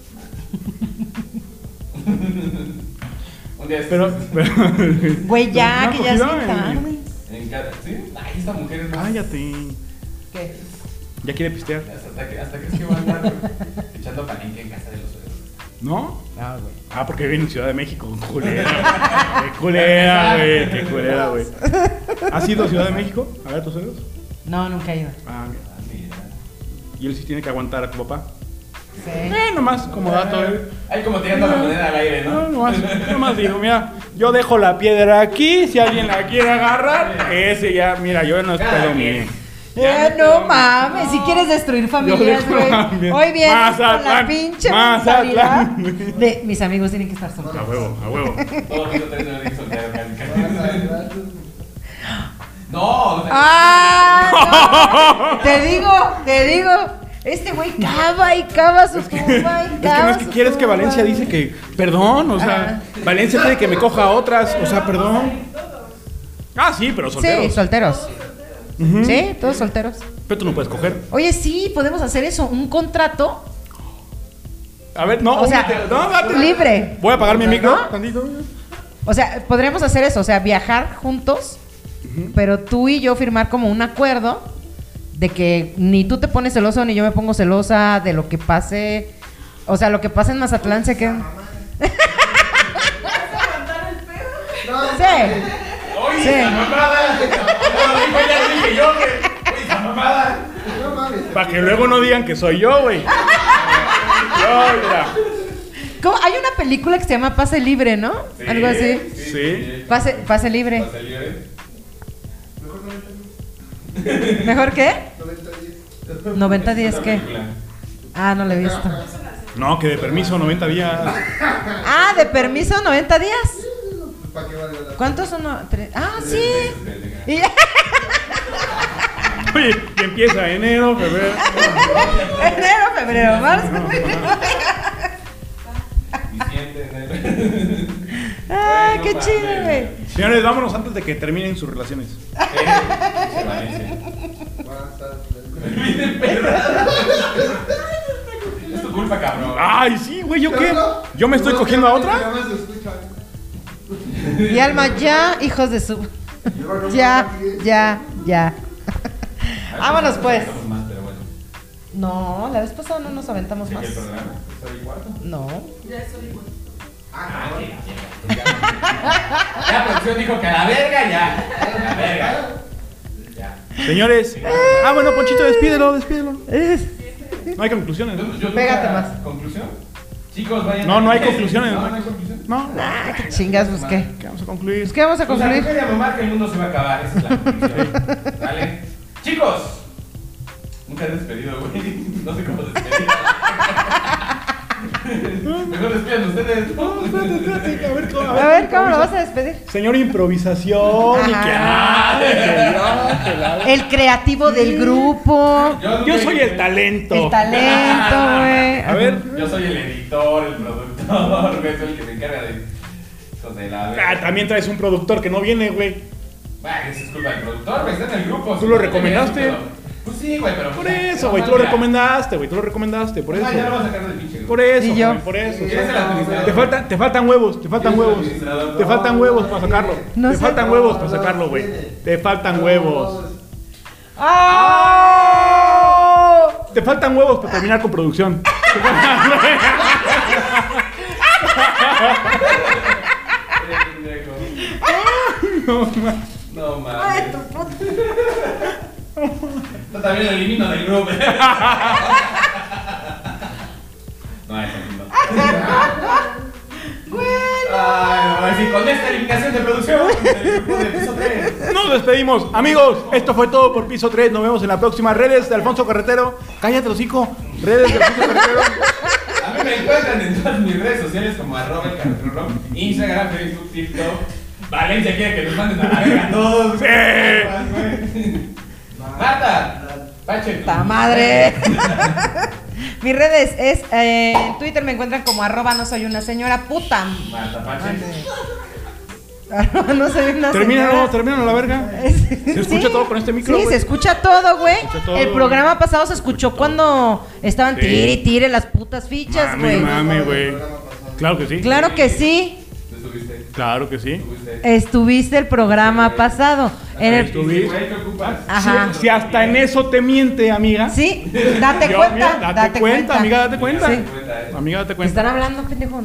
Un día Pero. Güey, ya, ¿No que ya es cogido bien en- tarde. En cada. ¿Sí? Ay, esta mujer es más. Cállate. ¿Qué? Ya quiere pistear. Hasta crees que va a andar echando palenque en casa de los suegros. ¿No? Ah, güey. Ah, porque vive en Ciudad de México. Culera. Qué culera, güey. Qué culera, güey. ¿Has ido a Ciudad de México a ver a tus suegros? No, nunca he ido. Ah, mira. Ah, mira. Y él sí tiene que aguantar a tu papá. Sí. Nomás como dato, Ahí como tirando la moneda al aire, ¿no? Nomás digo, mira, yo dejo la piedra aquí, si alguien la quiere agarrar, ese ya, mira, yo no espero mío. No mames, si quieres destruir familias, Yo güey. dejo- Hoy vienes con la Mazatlán, pinche Mazatlán. mentalidad de mis amigos tienen que estar A solteros. huevo, a huevo. Todos los tres no le solteros, casi, Vas a casi. agarrar tus- No, o sea, ¡Ah! No. Te digo. Este güey cava y cava su tumba y Es que no cava es que su quieres que tumba. Valencia dice que, perdón, o sea, Valencia quiere que me coja a otras, o sea, perdón. Ah, sí, pero solteros. Sí, solteros. Ujú. Sí, todos solteros. Pero tú no puedes coger. Oye, sí, podemos hacer eso, un contrato. A ver, no, O sea, no, date. libre. Voy a apagar mi micro, ¿No? tantito. O sea, podríamos hacer eso, o sea, viajar juntos, pero tú y yo firmar como un acuerdo de que ni tú te pones celoso ni yo me pongo celosa de lo que pase. O sea, lo que pasa en Mazatlán se queda. Sí. oye, Sí. esa mamada. Ya lo dije yo, güey. Oye, esa mamada. No mames. Para que luego no digan que soy yo, güey. Yo, mira. ¿Cómo? Hay una película que se llama Pase Libre, ¿no? Sí, Algo así. Sí. Pase Libre. Pase libre. Mejor 90 días. ¿Mejor qué? 90 días. ¿90 días qué? Ah, no lo he visto. No, que de permiso 90 días. Ah, de permiso 90 días. ¿Para qué vale la ¿Cuántos son? Ah, sí. Y- Oye, y empieza enero, febrero. Enero, febrero, marzo. Diciembre, enero. Ah, Bueno, qué mames. chido, güey. Señores, vámonos antes de que terminen sus relaciones. Valencia. Es tu culpa, cabrón. Ay, sí, güey, ¿yo qué? ¿Yo me estoy cogiendo a otra? Nada más se escucha. Y Alma, ya, hijos de su. Ya. Vámonos, pues. Más, pero bueno. No, la vez pasada no nos aventamos ¿Sí más. que el programa? ¿Soy cuarto? No. Ya soy igual. Ya, producción dijo que a la verga, ya. A la verga. Ya. Señores. Bueno, Ponchito, despídelo. No hay conclusiones, ¿no? Yo Pégate nunca- más. ¿Conclusión? Chicos, vayan. No hay conclusiones. No hay conclusiones. No. ¿Qué chingas, pues qué? ¿Qué vamos a concluir? Pues, ¿qué vamos a Pues la concluir? mujer de mamá que el mundo se va a acabar, esa es la conclusión. ¿Vale? Chicos, nunca he despedido, güey. No sé cómo despedir. Mejor despidan ustedes. A ver, ¿cómo lo vas a despedir? Señor improvisación. y Ajá. que- El creativo del grupo. Yo soy el talento. El talento, güey. A ver. Yo soy el editor, el productor, güey, soy el que se encarga de. Hijos de la verga. También traes un productor que no viene, güey. Bueno, eso es culpa del productor, güey, está en el grupo. ¿Tú lo recomendaste? Pues sí, güey, pero. Por eso, güey. Tú lo recomendaste, por eso. Ya lo vas a sacar del pinche grupo. Por eso, Y yo. güey, por eso. ¿Quién es el administrador? Te faltan huevos. ¿Quién es el administrador? Te faltan huevos para sacarlo. No Te sé. faltan huevos para sacarlo, güey. Te faltan huevos. ¡Ah! Te faltan huevos para terminar con producción. No mames. Yo también lo elimino del grupo. No, eso no. Ay, sí, con esta eliminación de producción del grupo de piso 3. Nos despedimos. Amigos, esto fue todo por Piso 3. Nos vemos en la próxima. Redes de Alfonso Carretero. Cállate, hocico. Redes de Alfonso Carretero. A mí me encuentran en todas mis redes sociales como @elcarretero, Instagram, Facebook, TikTok. Valencia quiere que nos manden a la verga a todos. Sí. Marta, Pache. ¡Ta madre! Mis redes es en Twitter me encuentran como @no soy una señora puta. Marta, Pache. No soy una señora. Termínalo la verga. ¿Se escucha todo con este micro, Sí, güey? se escucha todo, güey. Se escucha todo, El güey. programa pasado se escuchó cuando estaban Sí. tire las putas fichas, güey. Mame, güey. Claro que sí. Claro que sí. ¿Tú estuviste? Claro que sí. ¿Estuviste? Estuviste el programa pasado. En el- Estuviste. Güey, ¿te ocupas? Ajá. Si hasta en eso te miente, amiga. Sí, date Yo, cuenta. mira, date cuenta, amiga, date cuenta. Sí. Amiga, date ¿Te cuenta. están hablando, pendejo?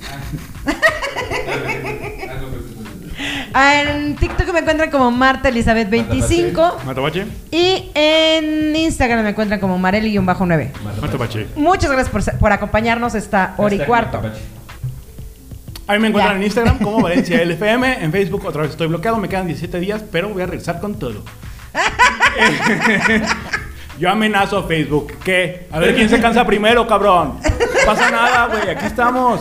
Algo que- En TikTok me encuentran como Marta Elizabeth 25 Matapache. y en Instagram me encuentran como Mareli-9. Matapache. Muchas gracias por acompañarnos esta hora y Hashtag cuarto. Marta Pache. A mí me encuentran Ya. en Instagram como Valencia LFM. En Facebook otra vez estoy bloqueado. Me quedan 17 días, pero voy a regresar con todo. Yo amenazo a Facebook. ¿Qué? A ver quién se cansa primero, cabrón. No pasa nada, güey. Aquí estamos.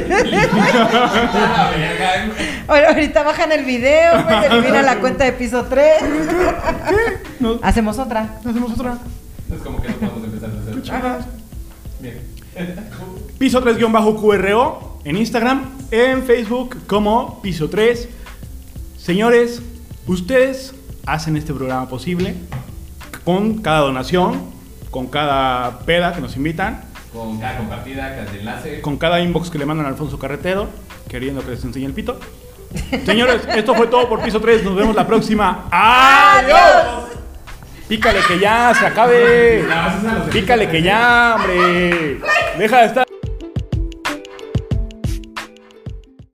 Ah, verga, güey. Ahorita bajan el video, pues, elimina la cuenta de piso 3. No, Hacemos otra. hacemos otra. Es como que no podemos empezar a hacer. Ajá. Bien. Piso 3-QRO en Instagram, en Facebook como Piso 3. Señores, ustedes hacen este programa posible con cada donación, con cada peda que nos invitan, Con cada compartida, cada enlace. con cada inbox que le mandan a Alfonso Carretero, queriendo que les enseñe el pito. Señores, esto fue todo por Piso 3. Nos vemos la próxima. ¡Adiós! Pícale que ya se acabe. Pícale que ya, hombre. Deja de estar.